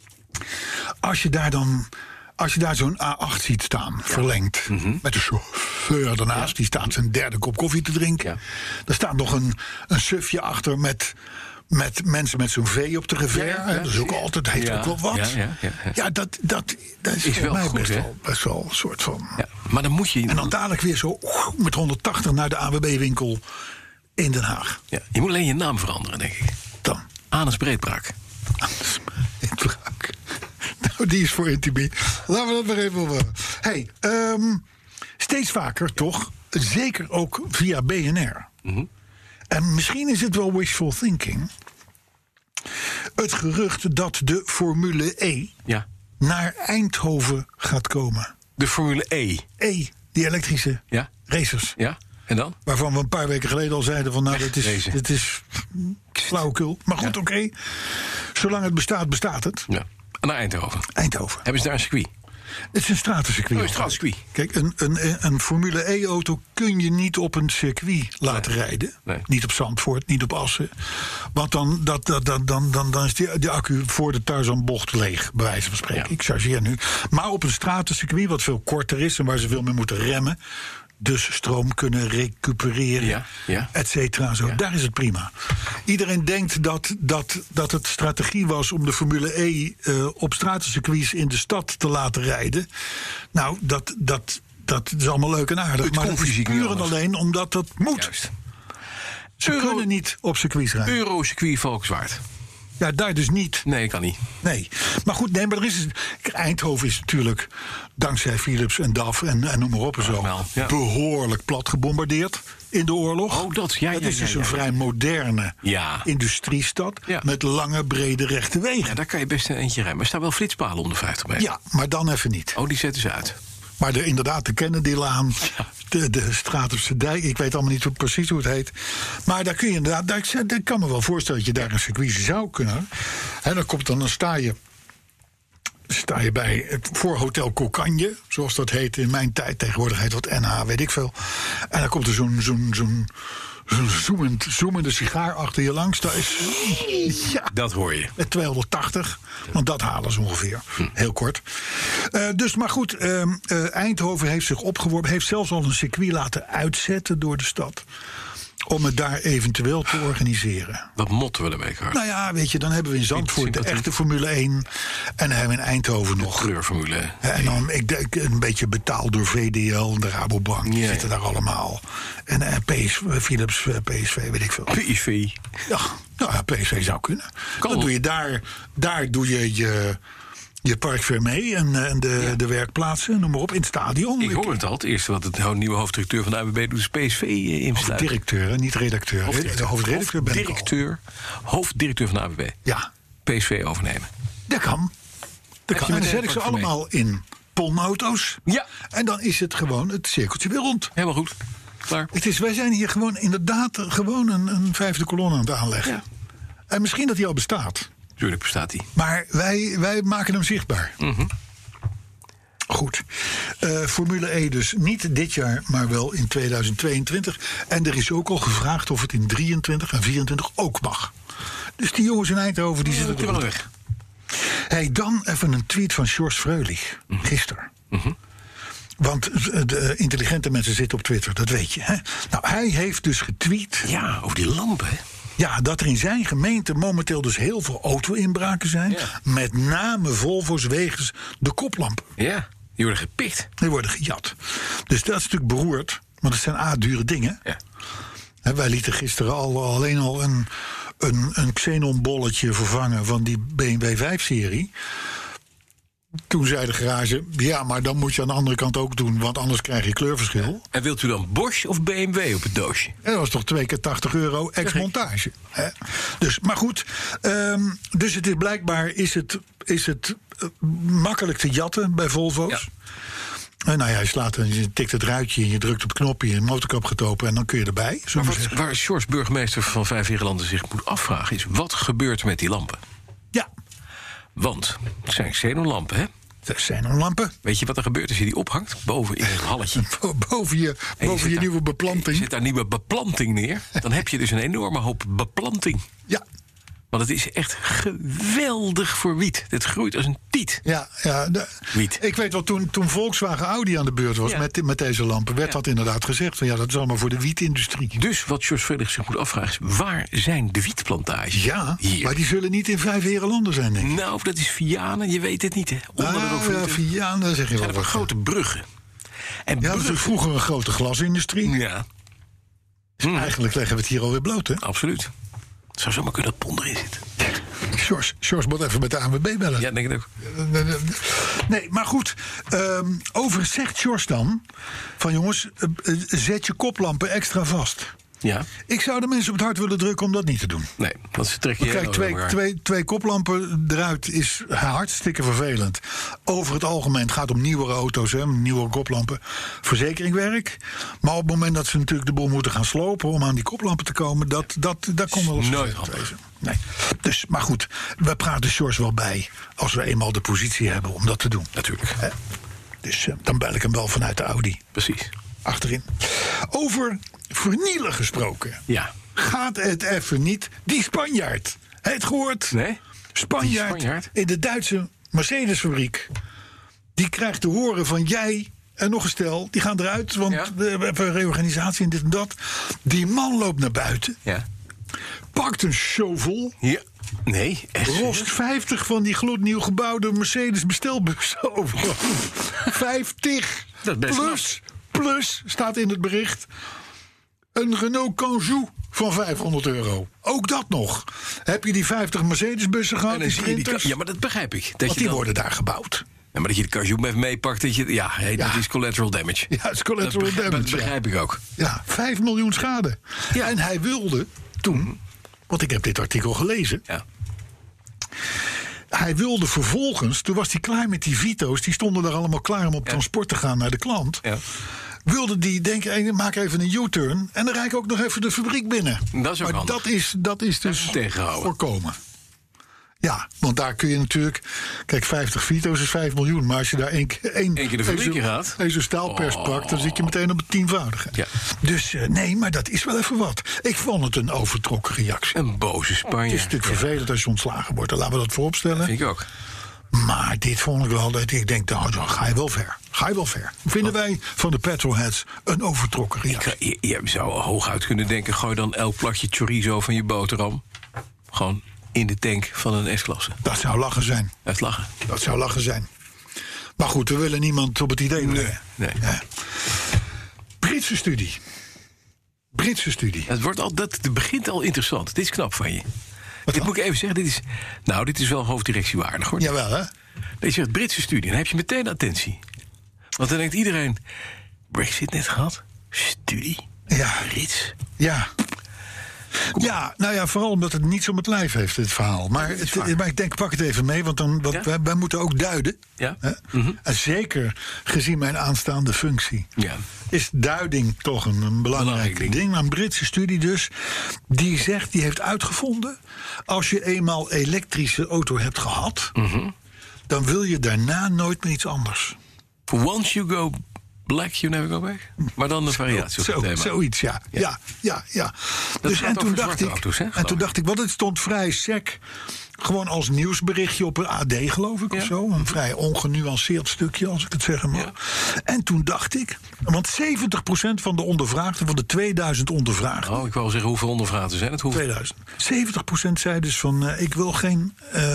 Als je daar zo'n A8 ziet staan, verlengd, met de chauffeur daarnaast, die staat zijn derde kop koffie te drinken. Ja. Er staat nog een sufje achter met mensen met zo'n V op de revers. Dat is ook altijd, heeft ook wel wat. Ja, dat is voor wel mij goed, best wel een soort van. Ja, maar dan moet je. En dan dadelijk weer zo met 180 naar de AWB-winkel in Den Haag. Ja, je moet alleen je naam veranderen, denk ik. Dan. Anus Breedbraak. Anus Breedbraak. Nou, die is voor Intimie. Laten we dat maar even op. Hey, steeds vaker toch, zeker ook via BNR. En misschien is het wel wishful thinking. Het gerucht dat de Formule E naar Eindhoven gaat komen. De Formule E? Die elektrische racers. Ja, en dan? Waarvan we een paar weken geleden al zeiden van, nou, dit is flauwekul. Maar goed, oké. Zolang het bestaat, bestaat het. Ja. Naar Eindhoven. Hebben ze daar een circuit? Het is een stratencircuit. Een stratencircuit. Kijk, een Formule E-auto kun je niet op een circuit laten rijden. Nee. Niet op Zandvoort, niet op Assen. Want dan is die accu voor de Tarzanbocht leeg, bij wijze van spreken. Ja. Ik chargeer nu. Maar op een stratencircuit, wat veel korter is en waar ze veel meer moeten remmen, dus stroom kunnen recupereren, et cetera. Zo. Ja. Daar is het prima. Iedereen denkt dat het strategie was om de Formule E op stratencircuits in de stad te laten rijden. Nou, dat is allemaal leuk en aardig. Maar dat is puur en alleen omdat dat moet. Juist. Ze kunnen niet op circuits rijden. Eurocircuit Valkenswaard. Ja, daar dus niet. Nee, kan niet. Nee. Maar goed, maar er is Eindhoven is natuurlijk, dankzij Philips en DAF en noem maar op en zo, behoorlijk plat gebombardeerd in de oorlog. Oh, dat is dus een vrij moderne industriestad met lange, brede, rechte wegen. Ja, daar kan je best een eentje rijden. Maar er staan wel flitspalen om de 50 meter. Ja, maar dan even niet. Oh, die zetten ze uit. Maar inderdaad, de Kennedylaan, de Stratumse Dijk, ik weet allemaal niet precies hoe het heet. Maar daar kun je inderdaad, ik kan me wel voorstellen dat je daar een circuit zou kunnen. En dan sta je bij het voorhotel Cocagne, zoals dat heet in mijn tijd. Tegenwoordig heet dat NH, weet ik veel. En dan komt er zo'n zoemende sigaar achter je langs. Dat is, dat hoor je. Met 280, want dat halen ze ongeveer. Heel kort. Dus, maar goed, Eindhoven heeft zich opgeworpen. Heeft zelfs al een circuit laten uitzetten door de stad. Om het daar eventueel te organiseren. Wat motten we ermee, Karl? Nou ja, weet je, dan hebben we in Zandvoort de echte Formule 1. En dan hebben we in Eindhoven nog kleurformule. En dan een beetje betaald door VDL en de Rabobank. Die zitten daar allemaal. En Philips, PSV, weet ik veel. PSV? Ja, PSV zou kunnen. Dan doe je daar doe je Je Parc Fermé en de werkplaatsen, noem maar op, in het stadion. Ik hoor het al. Het eerste wat de nieuwe hoofddirecteur van de AWB doet is PSV insluiten. Directeur, niet redacteur. Hoofdredacteur ben ik al. Hoofddirecteur van de AWB. Ja. PSV overnemen. Dat kan. En dan zet ik ze allemaal in ponauto's. Ja. En dan is het gewoon het cirkeltje weer rond. Helemaal goed. Klaar. Wij zijn hier gewoon inderdaad een vijfde kolon aan het aanleggen. Ja. En misschien dat die al bestaat. Tuurlijk bestaat die. Maar wij maken hem zichtbaar. Mm-hmm. Goed. Formule E dus niet dit jaar, maar wel in 2022. En er is ook al gevraagd of het in 23 en 24 ook mag. Dus die jongens in Eindhoven die zitten er wel weg. Hey, dan even een tweet van Sjors Freulich. Gisteren. Mm-hmm. Want de intelligente mensen zitten op Twitter, dat weet je. Hè? Nou, hij heeft dus getweet. Ja, over die lampen, hè? Ja, dat er in zijn gemeente momenteel dus heel veel auto-inbraken zijn. Ja. Met name Volvo's wegens de koplampen. Ja, die worden gepikt. Die worden gejat. Dus dat is natuurlijk beroerd. Want het zijn dure dingen. Ja. En wij lieten gisteren alleen al een xenonbolletje vervangen van die BMW 5-serie. Toen zei de garage, ja, maar dan moet je aan de andere kant ook doen, want anders krijg je kleurverschil. En wilt u dan Bosch of BMW op het doosje? En dat was toch 2 keer €80 ex-montage. Hè? Dus, maar goed, dus het is blijkbaar is het makkelijk te jatten bij Volvo's. Ja. Nou ja, je tikt het ruitje, je drukt op het knopje, een motorkap getopen en dan kun je erbij. Waar Sjors, burgemeester van Vijfheerenlanden, zich moet afvragen is, wat gebeurt met die lampen? Ja. Want het zijn xenonlampen, hè? Dat zijn lampen. Weet je wat er gebeurt als je die ophangt? Boven in het halletje. boven je nieuwe beplanting. Je zet daar nieuwe beplanting neer. Dan heb je dus een enorme hoop beplanting. Ja. Want het is echt geweldig voor wiet. Het groeit als een tiet. Ja, wiet. Ik weet wel, toen Volkswagen Audi aan de beurt was met deze lampen, werd dat inderdaad gezegd. Van, dat is allemaal voor de wietindustrie. Dus wat Sjors Freulich zich moet afvragen is, waar zijn de wietplantages? Ja, hier. Maar die zullen niet in Vijfheerenlanden zijn, denk ik. Nou, dat is Vianen, je weet het niet, hè? Vianen, zeg je wel. Dat zijn grote bruggen. En dat is vroeger een grote glasindustrie. Ja. Dus eigenlijk leggen we het hier alweer bloot, hè? Absoluut. Het zou zomaar kunnen dat pond erin zit. Sjors moet even met de ANWB bellen. Ja, denk ik ook. Nee, maar goed. Overigens zegt Sjors dan van jongens, zet je koplampen extra vast. Ja. Ik zou de mensen op het hart willen drukken om dat niet te doen. Nee, want ze trekken je kijk, twee koplampen eruit is hartstikke vervelend. Over het algemeen, het gaat om nieuwere auto's, hè, nieuwere koplampen, verzekeringwerk. Maar op het moment dat ze natuurlijk de boel moeten gaan slopen om aan die koplampen te komen, dat komt wel eens nooit wezen. Nee. Dus, maar goed, we praten Sjors wel bij als we eenmaal de positie hebben om dat te doen. Natuurlijk. Dus dan bel ik hem wel vanuit de Audi. Precies. Achterin. Over vernielen gesproken. Ja. Gaat het even niet? Die Spanjaard. Het gehoord? Nee. Spanjaard in de Duitse Mercedes-fabriek. Die krijgt te horen van jij en nog een stel. Die gaan eruit, want we hebben een reorganisatie en dit en dat. Die man loopt naar buiten. Ja. Pakt een shovel. Ja. Nee, echt. Rost 50 van die gloednieuw gebouwde Mercedes bestelbussen over. 50. Dat is best plus, staat in het bericht, een Renault Kangoo van €500. Ook dat nog. Heb je die 50 Mercedes-bussen gehad? En dan zie je ja, maar dat begrijp ik. Want die worden daar gebouwd. Ja, maar dat je de Kangoo even meepakt, dat is collateral damage. Ja, het is collateral damage. Dat begrijp ik ook. Ja, 5 miljoen schade. Ja. En hij wilde toen, want ik heb dit artikel gelezen. Ja. Hij wilde vervolgens, toen was hij klaar met die Vito's, die stonden er allemaal klaar om op transport te gaan naar de klant. Ja. Wilde die denken, maak even een U-turn en dan rijd ik ook nog even de fabriek binnen. Dat is ook maar dat is dus voorkomen. Ja, want daar kun je natuurlijk, kijk, 50 Vito's is 5 miljoen, maar als je daar één keer de fabriek in gaat, zo'n staalpers pakt, dan zit je meteen op het 10-voudige. Ja. Dus nee, maar dat is wel even wat. Ik vond het een overtrokken reactie. Een boze Spanjaard. Het is natuurlijk vervelend als je ontslagen wordt, dan laten we dat vooropstellen. Dat vind ik ook. Maar dit vond ik wel, dat ik denk, nou, dan ga je wel ver. Vinden wij van de petrolheads een overtrokken reactie? Je zou hooguit kunnen denken, gooi dan elk plakje chorizo van je boterham gewoon in de tank van een S-klasse. Dat zou lachen zijn. Dat zou lachen zijn. Maar goed, we willen niemand op het idee brengen. Nee. Ja. Britse studie. Het begint al interessant. Dit is knap van je. Dit moet ik even zeggen, dit is wel hoofddirectiewaardig, hoor. Jawel, hè? Je zegt Britse studie, dan heb je meteen attentie. Want dan denkt iedereen, Brexit net gehad? Studie? Ja. Brits? Ja. Ja, nou ja, vooral omdat het niets om het lijf heeft, dit verhaal. Maar ik denk, pak het even mee, want wij moeten ook duiden. Ja. Hè? En zeker gezien mijn aanstaande functie. Ja. Is duiding toch een belangrijk ding. Maar een Britse studie dus, die heeft uitgevonden, als je eenmaal elektrische auto hebt gehad, dan wil je daarna nooit meer iets anders. Once you go black, you never go back? Maar dan een variatie op het thema. Zoiets, ja. Dus, en toen dacht ik, want het stond vrij sec, gewoon als nieuwsberichtje op een AD, geloof ik, of zo. Een vrij ongenuanceerd stukje, als ik het zeggen mag. Ja. En toen dacht ik, want 70% van de ondervraagden, van de 2000 ondervraagden... Oh, ik wou zeggen, hoeveel ondervraagden zijn het? 2000. 70% zei dus van, ik wil geen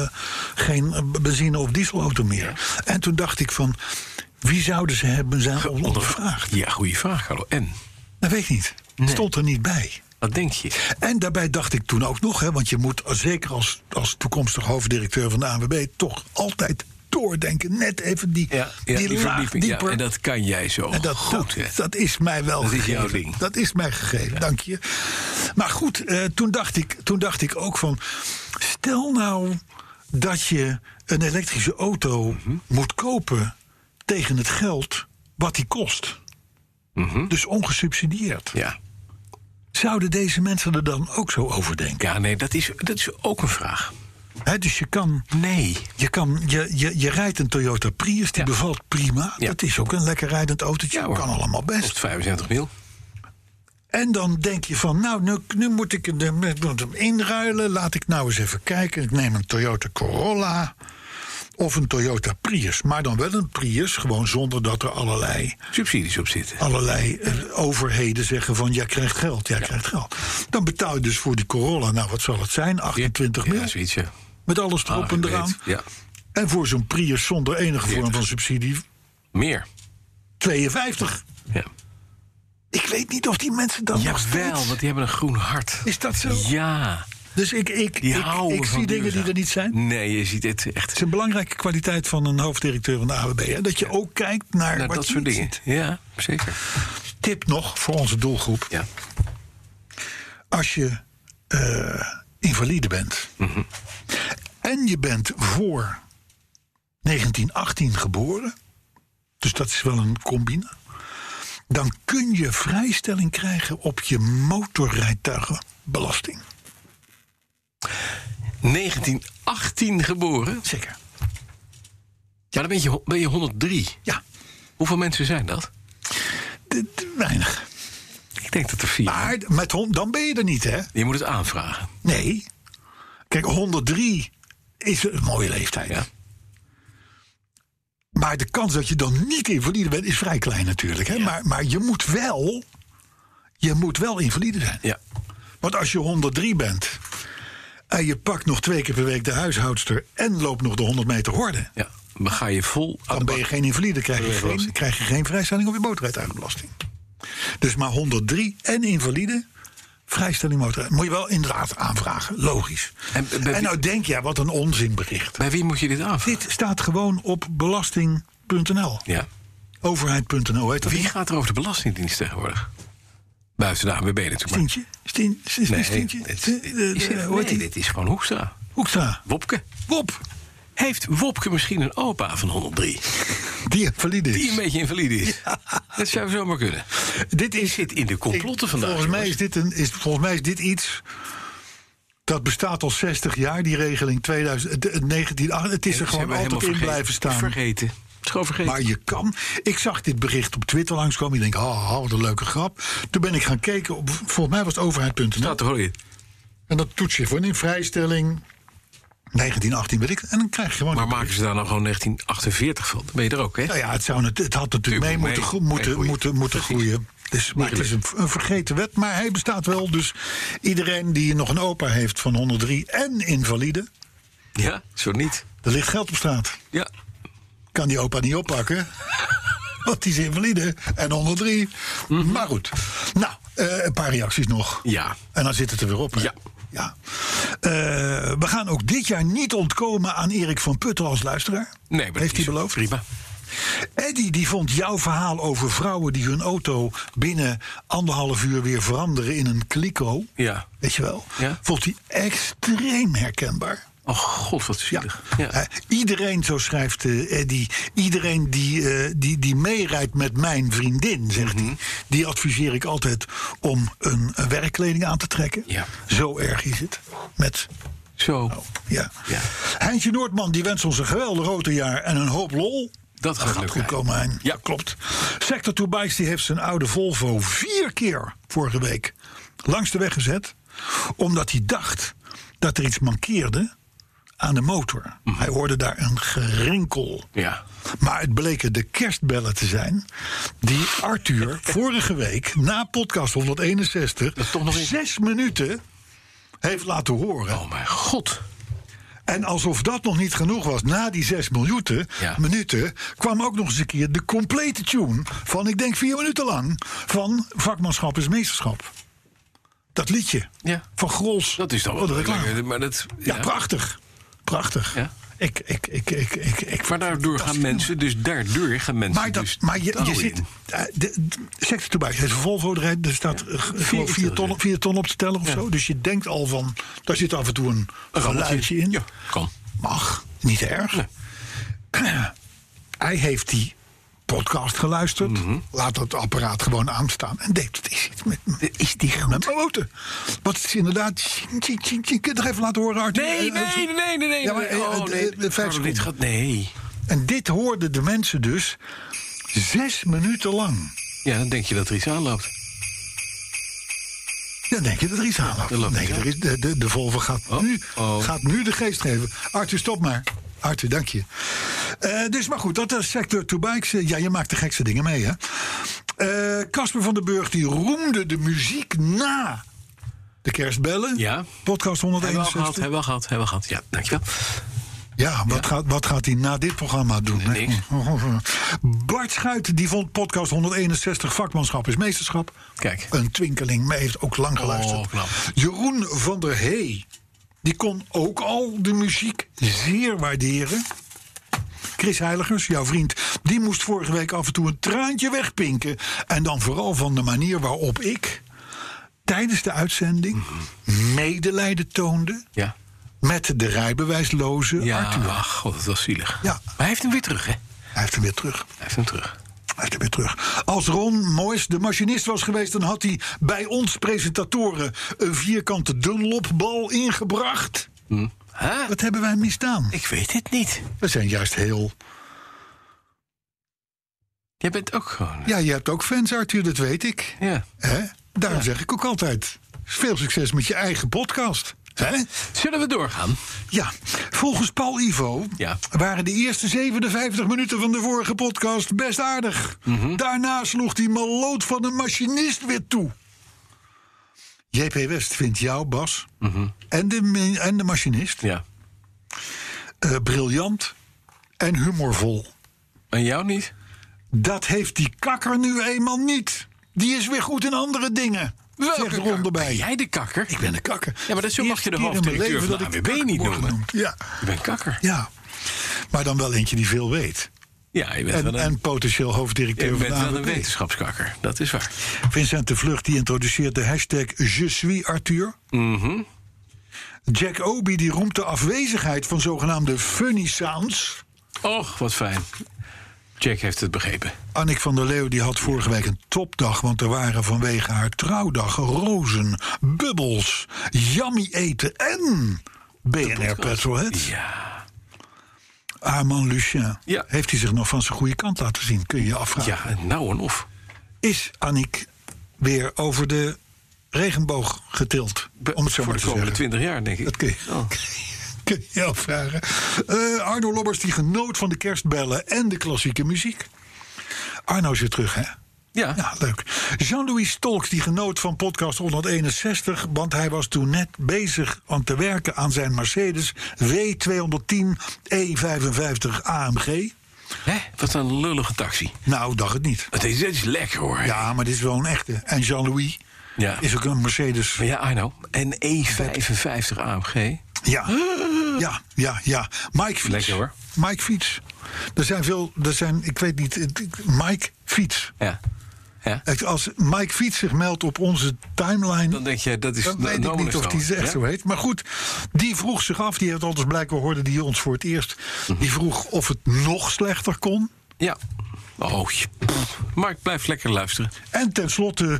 benzine- of dieselauto meer. Ja. En toen dacht ik van, wie zouden ze hebben zijn ondervraagd? Ja, goede vraag, Carlo. En? Dat weet ik niet. Nee. Stond er niet bij. Wat denk je? En daarbij dacht ik toen ook nog, want je moet zeker als toekomstig hoofddirecteur van de ANWB toch altijd doordenken. Net even die laag dieper. Ja, en dat kan jij zo goed. Dat is mij wel gegeven. Is jouw ding. Dat is mij gegeven, dank je. Maar goed, toen dacht ik ook van, stel nou dat je een elektrische auto moet kopen tegen het geld wat die kost. Dus ongesubsidieerd. Ja. Zouden deze mensen er dan ook zo over denken? Ja, nee, dat is ook een vraag. Dus je kan... Nee. Je rijdt een Toyota Prius, die bevalt prima. Ja. Dat is ook een lekker rijdend autootje. Ja, kan allemaal best. Kost 75 mil. En dan denk je van, nou, nu moet ik hem inruilen. Laat ik nou eens even kijken. Ik neem een Toyota Corolla of een Toyota Prius. Maar dan wel een Prius, gewoon zonder dat er allerlei subsidies op zitten. Allerlei overheden zeggen van, jij krijgt geld, krijgt geld. Dan betaal je dus voor die Corolla, nou wat zal het zijn? 28 mil? Ja, zoiets, ja. Met alles erop en eraan. Ja. En voor zo'n Prius zonder enige vorm van subsidie... Meer. 52. Ja. Ik weet niet of die mensen dan nog steeds... Jawel, want die hebben een groen hart. Is dat zo? Ja. Dus ik zie dingen die er niet zijn. Nee, je ziet het echt. Het is een belangrijke kwaliteit van een hoofddirecteur van de ANWB. Hè? Dat je ook kijkt naar wat dat soort dingen. Ziet. Ja, zeker. Tip nog voor onze doelgroep. Ja. Als je invalide bent en je bent voor 1918 geboren, dus dat is wel een combine, dan kun je vrijstelling krijgen op je motorrijtuigenbelasting. 1918 geboren? Zeker. Ja, dan ben je 103. Ja. Hoeveel mensen zijn dat? Weinig. Ik denk dat er 4. Maar dan ben je er niet, hè? Je moet het aanvragen. Nee. Kijk, 103 is een mooie leeftijd. Ja. Maar de kans dat je dan niet invalide bent is vrij klein natuurlijk. Hè? Ja. Maar je moet wel invalide zijn. Ja. Want als je 103 bent en je pakt nog 2 keer per week de huishoudster en loopt nog de 100 meter horde. Ja, dan ga je vol. Dan ben je geen invalide, krijg je geen vrijstelling op je motorrijtuigenbelasting. Dus maar 103 en invalide, vrijstelling motorrijtuigen. Moet je wel inderdaad aanvragen, logisch. En nou denk je, wat een onzinbericht. Bij wie moet je dit aanvragen? Dit staat gewoon op belasting.nl. Ja. Overheid.nl heet dat. Wie gaat er over de Belastingdienst tegenwoordig? Buiten de ANWB natuurlijk. Stientje? Dit is gewoon Hoekstra. Wopke. Heeft Wopke misschien een opa van 103? Die invalide is. Die een beetje invalide is. Ja. Dat zou zomaar kunnen. Dit zit in de complotten vandaag. Volgens mij is dit iets dat bestaat al 60 jaar, die regeling 1908. Het is er gewoon altijd in blijven staan. Vergeten. Maar je kan. Ik zag dit bericht op Twitter langskomen. Je denkt, wat een leuke grap. Toen ben ik gaan kijken op, volgens mij was het overheid.nl. Staat er in. En dat toets je voor in vrijstelling 1918, weet ik. En dan krijg je gewoon. Maar maken ze daar nou gewoon 1948 van? Dan ben je er ook, hè? Nou ja, het had natuurlijk moeten groeien. Maar het is een vergeten wet, maar hij bestaat wel. Dus iedereen die nog een opa heeft van 103 en invalide. Ja, zo niet. Er ligt geld op straat. Ja. Kan die opa niet oppakken. Want die is invalide en 103. Maar goed. Nou, een paar reacties nog. Ja. En dan zit het er weer op. Hè? Ja. We gaan ook dit jaar niet ontkomen aan Erik van Putten als luisteraar. Nee, maar heeft hij beloofd? Prima. Eddie die vond jouw verhaal over vrouwen die hun auto binnen 1,5 uur weer veranderen in een kliko. Ja. Weet je wel? Ja. Vond hij extreem herkenbaar. Oh god, wat zielig. Ja. Iedereen, zo schrijft Eddie, iedereen die meerijdt met mijn vriendin, zegt hij, die adviseer ik altijd om een werkkleding aan te trekken. Ja. Zo erg is het. Zo. Ja. Ja. Heintje Noordman die wenst ons een geweldig autojaar en een hoop lol. Dat gaat goed komen, Hein. Ja, klopt. Sector 2 Bikes die heeft zijn oude Volvo 4 keer vorige week langs de weg gezet, omdat hij dacht dat er iets mankeerde aan de motor. Hij hoorde daar een gerinkel. Ja. Maar het bleken de kerstbellen te zijn die Arthur vorige week na podcast 161 toch nog 6 minuten heeft laten horen. Oh mijn god. En alsof dat nog niet genoeg was, na die 6 minuten kwam ook nog eens een keer de complete tune van, ik denk 4 minuten lang, van Vakmanschap is Meesterschap. Dat liedje van Grols. Dat is dan wel reclame. Maar dat, ja, prachtig. Prachtig. Ja. Maar daardoor gaan mensen Maar je zit. Sector 2 Bikes heeft een Volvo rijden. Er staat 4 ton op te tellen of zo. Dus je denkt al van, daar zit af en toe een geluidje in. Ja, kan. Mag. Niet erg. Nee. Hij heeft die podcast geluisterd. Laat het apparaat gewoon aanstaan. En denkt, het is iets met mijn auto. Wat is inderdaad. Kun je het even laten horen, Arthur? Nee. Ja, maar, 5 seconden. Nee. En dit hoorden de mensen dus 6 minuten lang. Ja, dan denk je dat er iets aanloopt. Dan denk je dat er iets aanloopt. De Volvo gaat nu de geest geven. Arthur, stop maar. Arthur, dank je. Dus maar goed, dat is Sector 2 Bikes. Ja, je maakt de gekste dingen mee, hè. Casper van den Burg, die roemde de muziek na de kerstbellen. Ja. Podcast 161. Hebben we gehad. Ja, dankjewel. Ja, wat gaat hij na dit programma doen? Niks. Bart Schuit, die vond podcast 161 Vakmanschap is Meesterschap. Kijk. Een twinkeling, maar heeft ook lang geluisterd. Oh, knap. Jeroen van der Hey, die kon ook al de muziek zeer waarderen. Chris Heiligers, jouw vriend, die moest vorige week af en toe een traantje wegpinken. En dan vooral van de manier waarop ik tijdens de uitzending medelijden toonde. Ja. Met de rijbewijsloze Arthur. Ach, god, dat was zielig. Ja. Maar hij heeft hem weer terug, hè? Hij heeft hem weer terug. Als Ron Mooijs de machinist was geweest, dan had hij bij ons presentatoren een vierkante Dunlopbal ingebracht. Huh? Wat hebben wij misdaan? Ik weet het niet. We zijn juist heel... Jij bent ook gewoon... Ja, je hebt ook fans, Arthur, dat weet ik. Ja. Daarom zeg ik ook altijd, veel succes met je eigen podcast. Zullen we doorgaan? Ja, volgens Paul Ivo waren de eerste 57 minuten van de vorige podcast best aardig. Daarna sloeg die maloot van een machinist weer toe. JP West vindt jou, Bas, en de machinist briljant en humorvol. En jou niet? Dat heeft die kakker nu eenmaal niet. Die is weer goed in andere dingen. Zegt Ron erbij. Ben jij de kakker? Ik ben de kakker. Ja, maar zo mag je de hoofddirecteur van de ANWB niet noemen. Ja. Je bent kakker. Ja, maar dan wel eentje die veel weet. Ja, je bent en potentieel hoofddirecteur van de ANWB. Je bent wel een wetenschapskakker, dat is waar. Vincent de Vlucht die introduceert de hashtag Je suis Arthur. Jack Obi die roemt de afwezigheid van zogenaamde funny sounds. Och, wat fijn. Jack heeft het begrepen. Annick van der Leeuw die had vorige week een topdag, want er waren vanwege haar trouwdag rozen, bubbels, yummy eten en BNR Petrolhead. Ja. Armand Lucien. Ja. Heeft hij zich nog van zijn goede kant laten zien, kun je je afvragen. Ja, nou en of. Is Annick weer over de regenboog getild, om het zo maar te zeggen. Voor de 20 jaar, denk ik. Dat kun je afvragen. Arno Lobbers die genoot van de kerstbellen en de klassieke muziek. Arno is weer terug, hè? Ja, leuk. Jean-Louis Stolks die genoot van podcast 161... want hij was toen net bezig om te werken aan zijn Mercedes W210 E55 AMG. Hè? Wat een lullige taxi. Nou, dacht het niet. Het is lekker, hoor. Ja, maar dit is wel een echte. En Jean-Louis is ook een Mercedes. Ja, I know. En E55 AMG. Ja. Mike Fiets. Lekker hoor. Mike Fiets. Ik weet niet, Mike Fiets. Ja. Als Mike Fiets zich meldt op onze timeline, Dan denk je, dat is dan weet ik niet of die echt zo heet. Maar goed, die vroeg zich af, die heeft altijd blijkbaar hoorde die ons voor het eerst. Die vroeg of het nog slechter kon. Ja. Mark, blijf lekker luisteren. En tenslotte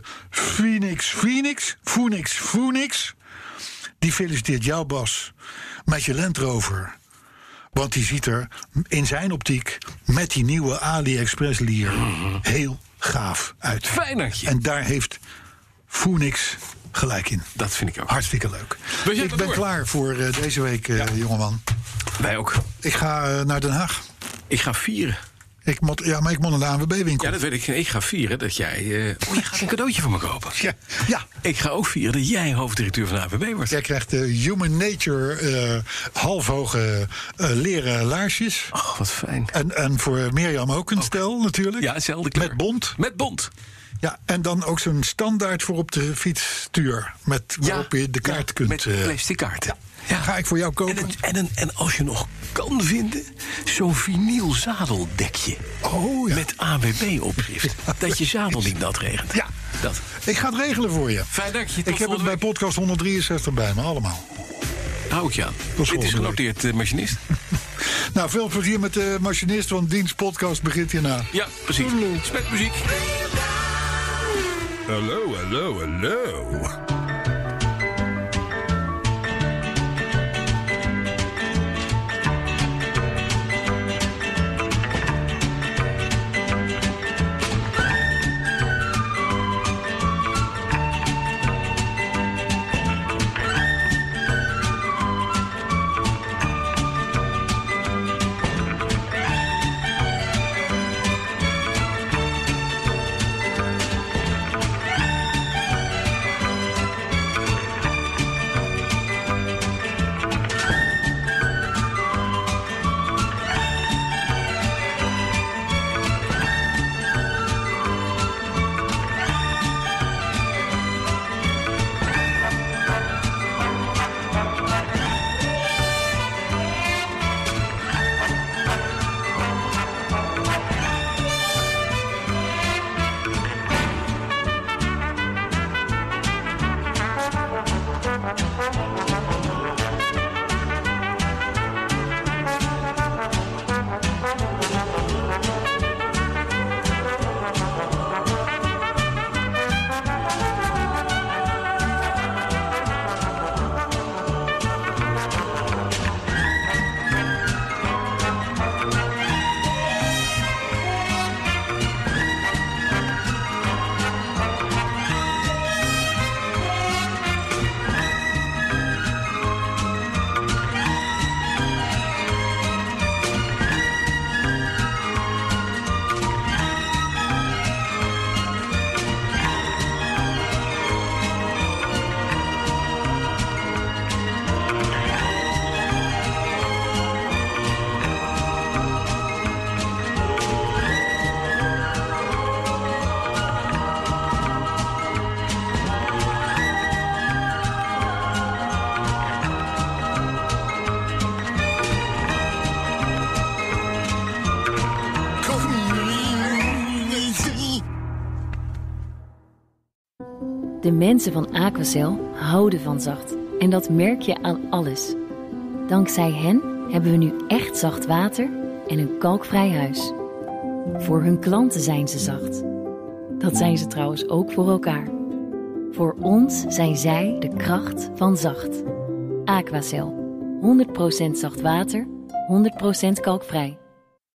Phoenix. Die feliciteert jou, Bas, met je Land Rover. Want die ziet er in zijn optiek met die nieuwe AliExpress lier heel gaaf uit. Fijn dat je. En daar heeft Phoenix gelijk in. Dat vind ik ook. Hartstikke leuk. Ik ben klaar voor deze week, jongeman. Wij ook. Ik ga naar Den Haag. Ik ga vieren. Ik moet naar de ANWB-winkel. Ja, dat weet ik. Ik ga vieren dat jij... je gaat een cadeautje voor me kopen. Ja. Ik ga ook vieren dat jij hoofddirecteur van de ANWB wordt. Jij krijgt de Human Nature halfhoge leren laarsjes. Oh, wat fijn. En voor Mirjam ook een stel natuurlijk. Ja, hetzelfde kleur. Met bont. Ja, en dan ook zo'n standaard voor op de fietsstuur. Waarop je de kaart kunt... Met plastic kaarten. Ja. Ga ik voor jou kopen. En als je nog kan vinden, zo'n vinyl zadeldekje. Oh ja. Met ANWB-opschrift. Dat je zadel niet nat regent. Ja. Dat. Ik ga het regelen voor je. Fijn, dank je. Ik heb het bij podcast 163 bij me, allemaal. Hou ik je aan. Dit is genoteerd, machinist. Nou, veel plezier met de machinist, want dienstpodcast begint hierna. Ja, precies. Met muziek. Hallo. De mensen van Aquacel houden van zacht. En dat merk je aan alles. Dankzij hen hebben we nu echt zacht water en een kalkvrij huis. Voor hun klanten zijn ze zacht. Dat zijn ze trouwens ook voor elkaar. Voor ons zijn zij de kracht van zacht. Aquacel. 100% zacht water, 100% kalkvrij.